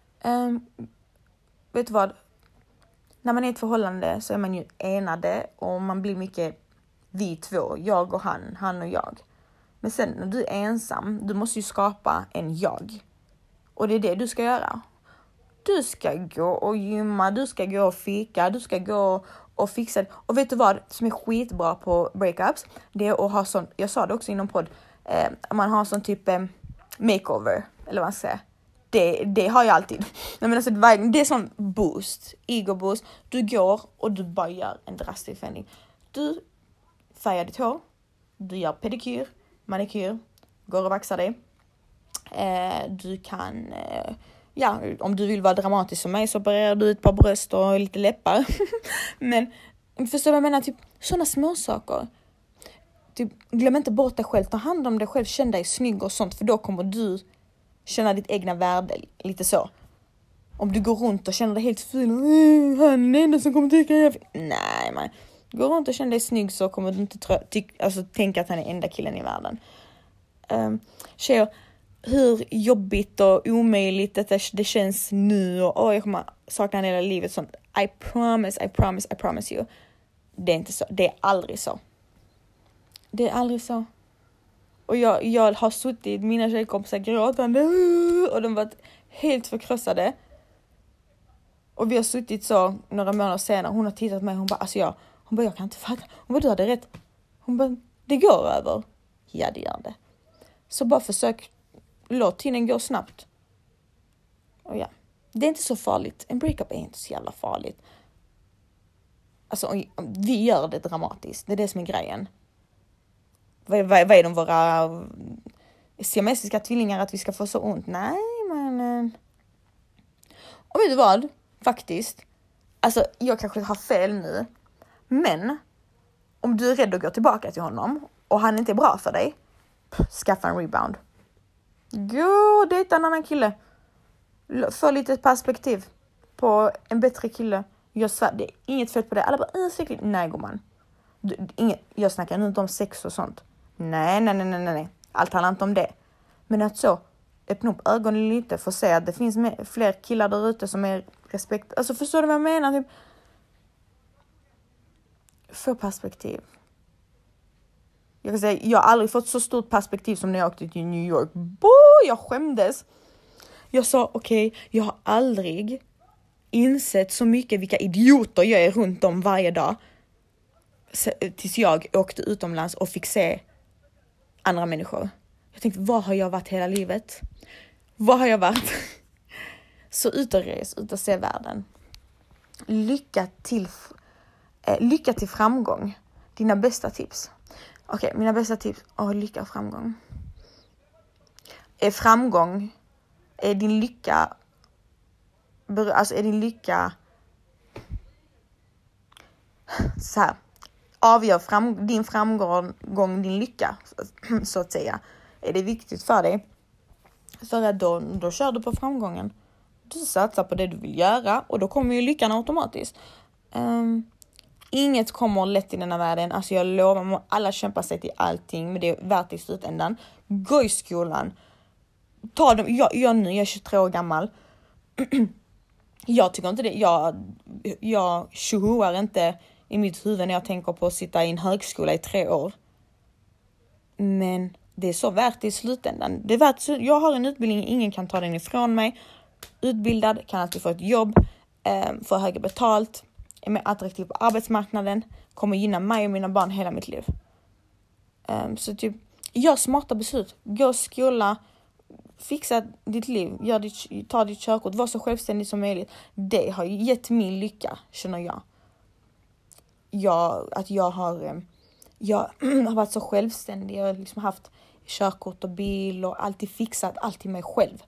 Vet du vad? När man är i ett förhållande så är man ju enade och man blir mycket vi två, jag och han och jag. Men sen när du är ensam, du måste ju skapa en jag. Och det är det du ska göra. Du ska gå och gymma, du ska gå och fika, du ska gå och fixa. Och vet du vad som är skitbra på breakups? Det är att ha sån, jag sa det också inom podd, man har sån typ makeover, eller vad man säger. Det har jag alltid. Men alltså, det är sån boost, ego boost. Du går och du bara gör en drastisk förändring. Du färgar ditt hår, du gör pedikyr, manikyr, går och vaxar dig. Du kan, om du vill vara dramatisk som mig så opererar du ett par bröst och lite läppar. Men förstår vad jag menar, typ sådana små saker. Typ, glöm inte bort dig själv, ta hand om dig själv, känn dig snygg och sånt, för då kommer du känna ditt egna värde, lite så. Om du går runt och känner dig helt fin, han är den som kommer tycka jag... Nej, man. Går runt och känner dig snygg så kommer du inte tänka att han är enda killen i världen. Tjejer, hur jobbigt och omöjligt det känns nu och jag kommer sakna han hela livet. Sånt. I promise you. Det är inte så. Det är aldrig så. Det är aldrig så. Och jag har suttit, mina tjejkompisar gråtande och de var helt förkrossade. Och vi har suttit så några månader senare. Hon har tittat på mig. Hon bara, jag kan inte fatta. Hon bara, du hade rätt. Hon bara, det går över. Ja, det gör det. Så bara försök. Låt tiden gå snabbt. Och ja. Det är inte så farligt. En breakup är inte så jävla farligt. Alltså, vi gör det dramatiskt. Det är det som är grejen. Vad är de våra siamesiska tvillingar att vi ska få så ont? Nej, men... Och vet du vad? Faktiskt. Alltså, jag kanske har fel nu. Men om du är rädd att gå tillbaka till honom och han inte är bra för dig, skaffa en rebound. Gå och dejta en annan kille. Få lite perspektiv på en bättre kille. Jag svär, det är inget fel på det. Alla bara, nej gumman. Jag snackar inte om sex och sånt. Nej. Allt handlar inte om det. Men att så, öppna upp ögonen lite för att se att det finns fler killar där ute som är respekt. Alltså förstår du vad jag menar? Typ, få perspektiv. Jag kan säga, jag har aldrig fått så stort perspektiv som när jag åkte till New York. Jag skämdes. Jag sa, okej, jag har aldrig insett så mycket vilka idioter jag är runt om varje dag. Tills jag åkte utomlands och fick se andra människor. Jag tänkte, vad har jag varit hela livet? Vad har jag varit? Så ut och res, ut och se världen. Lycka till framgång. Dina bästa tips. Okej, mina bästa tips. Lycka och framgång. Är din lycka... Alltså är din lycka... Så här. Avgör din framgång, din lycka. Så att säga. Är det viktigt för dig? För att då kör du på framgången. Du satsar på det du vill göra. Och då kommer ju lyckan automatiskt. Inget kommer lätt i denna världen. Alltså jag lovar, alla kämpar sig till allting. Men det är värt i slutändan. Gå i skolan. Ta dem. Jag är 23 år gammal. Jag tycker inte det. Jag tjoar inte i mitt huvud när jag tänker på att sitta i en högskola i 3 år. Men det är så värt i slutändan. Det är värt, jag har en utbildning, ingen kan ta den ifrån mig. Utbildad, kan alltid få ett jobb, få högre betalt, är mer attraktiv på arbetsmarknaden, kommer gynna mig och mina barn hela mitt liv. Så typ, gör smarta beslut. Gå i skola, fixa ditt liv, ta ditt körkort, var så självständig som möjligt. Det har gett min lycka, känner jag. Jag har varit så självständig. Jag har liksom haft körkort och bil och alltid fixat allt i mig själv.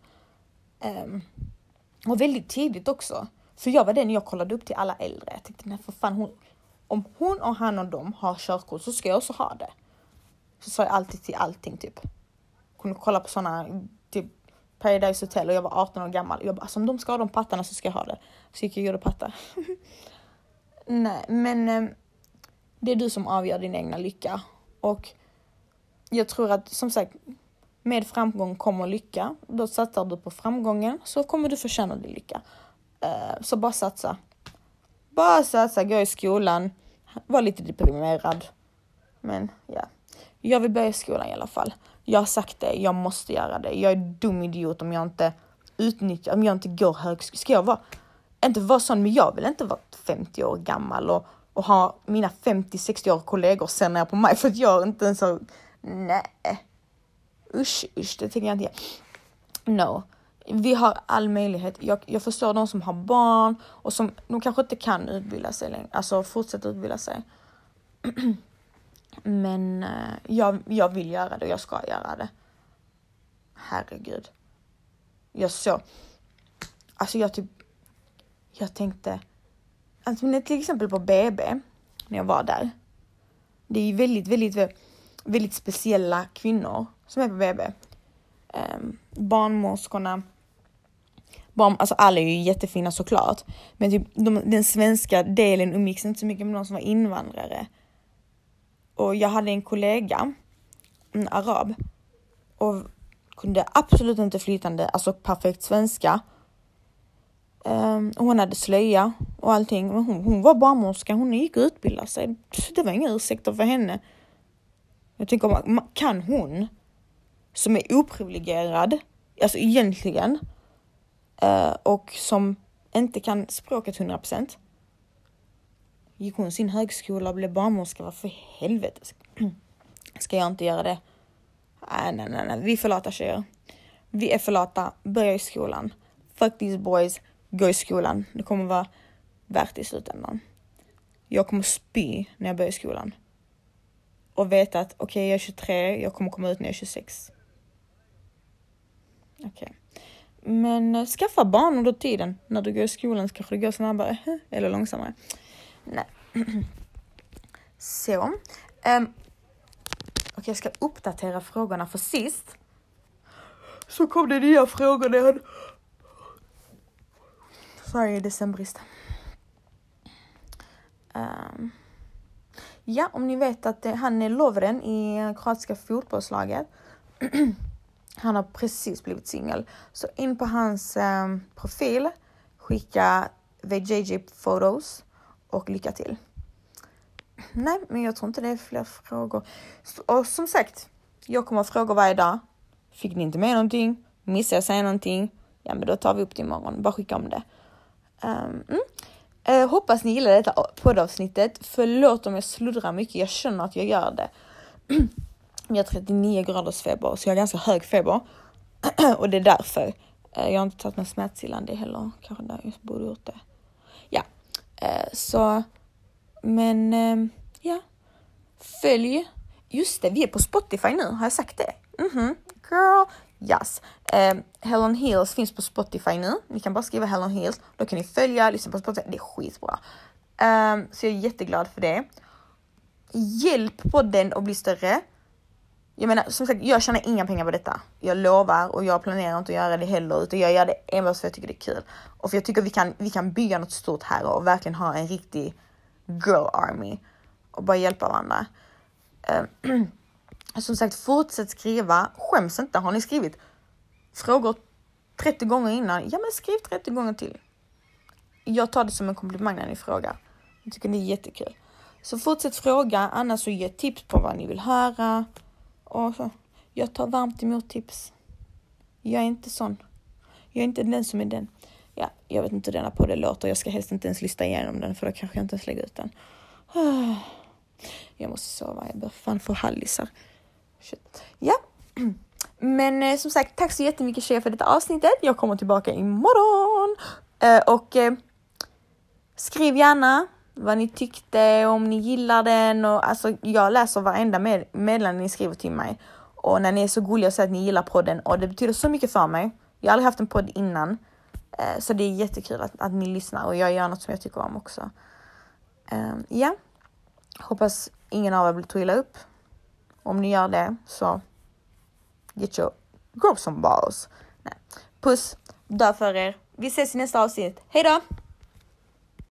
Och väldigt tidigt också. För jag var den jag kollade upp till alla äldre. Jag tänkte, nej för fan, om hon och han och de har körkort så ska jag också ha det. Så sa jag alltid till allting typ. Kunde kolla på sådana typ Paradise Hotel och jag var 18 år gammal. Jag bara, alltså om de ska ha de pattarna så ska jag ha det. Så gick jag och gjorde pattar. Nej, men det är du som avgör din egna lycka. Och jag tror att, som sagt, med framgång kommer lycka. Då satsar du på framgången så kommer du förtjäna din lycka. Så bara satsa. Gå i skolan. Var lite deprimerad. Men ja, jag vill börja i skolan i alla fall. Jag har sagt det, jag måste göra det. Jag är dum idiot om jag inte går högskola. Inte vara sån, men jag vill inte vara 50 år gammal och ha mina 50-60 år kollegor sen när på mig för att jag inte ens så. Nej. Usch, det tänker jag inte. No. Vi har all möjlighet. Jag förstår de som har barn och som de kanske inte kan utbilda sig längre. Alltså fortsätta utbilda sig. Men jag vill göra det och jag ska göra det. Herregud. Jag tänkte, alltså till exempel på BB, när jag var där. Det är väldigt, väldigt, väldigt speciella kvinnor som är på BB. Barnmorskorna, Alltså alla är ju jättefina såklart. Men typ den svenska delen umgicks inte så mycket med någon som var invandrare. Och jag hade en kollega, en arab. Och kunde absolut inte flytande, alltså perfekt svenska. Hon hade slöja och allting. Men hon var barnmorska, hon gick och utbildade sig. Det var inga ursäkter för henne. Jag tänker, kan hon som är oprivilegierad, alltså egentligen, och som inte kan språket 100%, gick hon sin högskola och blev barnmorska? Vad för helvete ska jag inte göra det? Nej. Vi förlata tjejer. Vi är förlata. Börja i skolan. Fuck these boys. Gå i skolan. Det kommer vara värt i slutändan. Jag kommer spy när jag börjar i skolan. Och veta att okej, jag är 23. Jag kommer komma ut när jag är 26. Okej. Men skaffa barn under tiden. När du går i skolan så kanske det går snabbare. Eller långsammare. Nej. Så. Okej, jag ska uppdatera frågorna för sist. Så kom det nya frågor igen. Sorry, decemberist. Ja, om ni vet att han är Lovren i kroatiska fotbollslaget. Han har precis blivit singel. Så in på hans profil. Skicka VJJ-fotos. Och lycka till. Nej, men jag tror inte det är fler frågor. Och som sagt, jag kommer att fråga varje dag. Fick ni inte med någonting? Missade jag säga någonting? Ja, men då tar vi upp det imorgon. Bara skicka om det. Hoppas ni gillar detta poddavsnittet. Förlåt om jag sluddrar mycket. Jag känner att jag gör det. Jag har 39 graders feber. Så jag har ganska hög feber. Och det är därför. Jag har inte tagit någon smärtstillande heller. Kanske där jag borde gjort det. Ja. Så. Men ja. Följ. Just det, vi är på Spotify nu. Har jag sagt det? Girl. Yes. Hell on Heels finns på Spotify nu. Ni kan bara skriva Hell on Heels. Då kan ni följa, lyssna på Spotify. Det är skitbra. Så jag är jätteglad för det. Hjälp podden att bli större. Jag menar, som sagt, jag tjänar inga pengar på detta. Jag lovar, och jag planerar inte att göra det heller. Utan jag gör det enbart för jag tycker det är kul. Och för jag tycker vi kan bygga något stort här. Och verkligen ha en riktig girl army. Och bara hjälpa varandra. Som sagt, fortsätt skriva. Skäms inte. Har ni skrivit frågor 30 gånger innan? Ja, men skriv 30 gånger till. Jag tar det som en komplimang när ni frågar. Jag tycker det är jättekul. Så fortsätt fråga. Annars så ge tips på vad ni vill höra. Och så. Jag tar varmt emot tips. Jag är inte sån. Jag är inte den som är den. Ja, jag vet inte hur denna på det låter. Jag ska helst inte ens lyssna igenom den. För då kanske jag inte ens lägger ut den. Jag måste sova. Jag bör fan få hallisar. Shit. Ja. Men som sagt, tack så jättemycket tjejer för detta avsnittet. Jag kommer tillbaka imorgon. Och skriv gärna vad ni tyckte, om ni gillar den. Och, alltså, jag läser varenda meddelande ni skriver till mig. Och när ni är så gulliga och säger att ni gillar podden. Och det betyder så mycket för mig. Jag har aldrig haft en podd innan. Så det är jättekul att ni lyssnar. Och jag gör något som jag tycker om också. Ja. Hoppas ingen av er blir illa upp. Om ni gör det så get your grow some balls. Nej. Puss. Dör för er. Vi ses i nästa avsnitt. Hej då!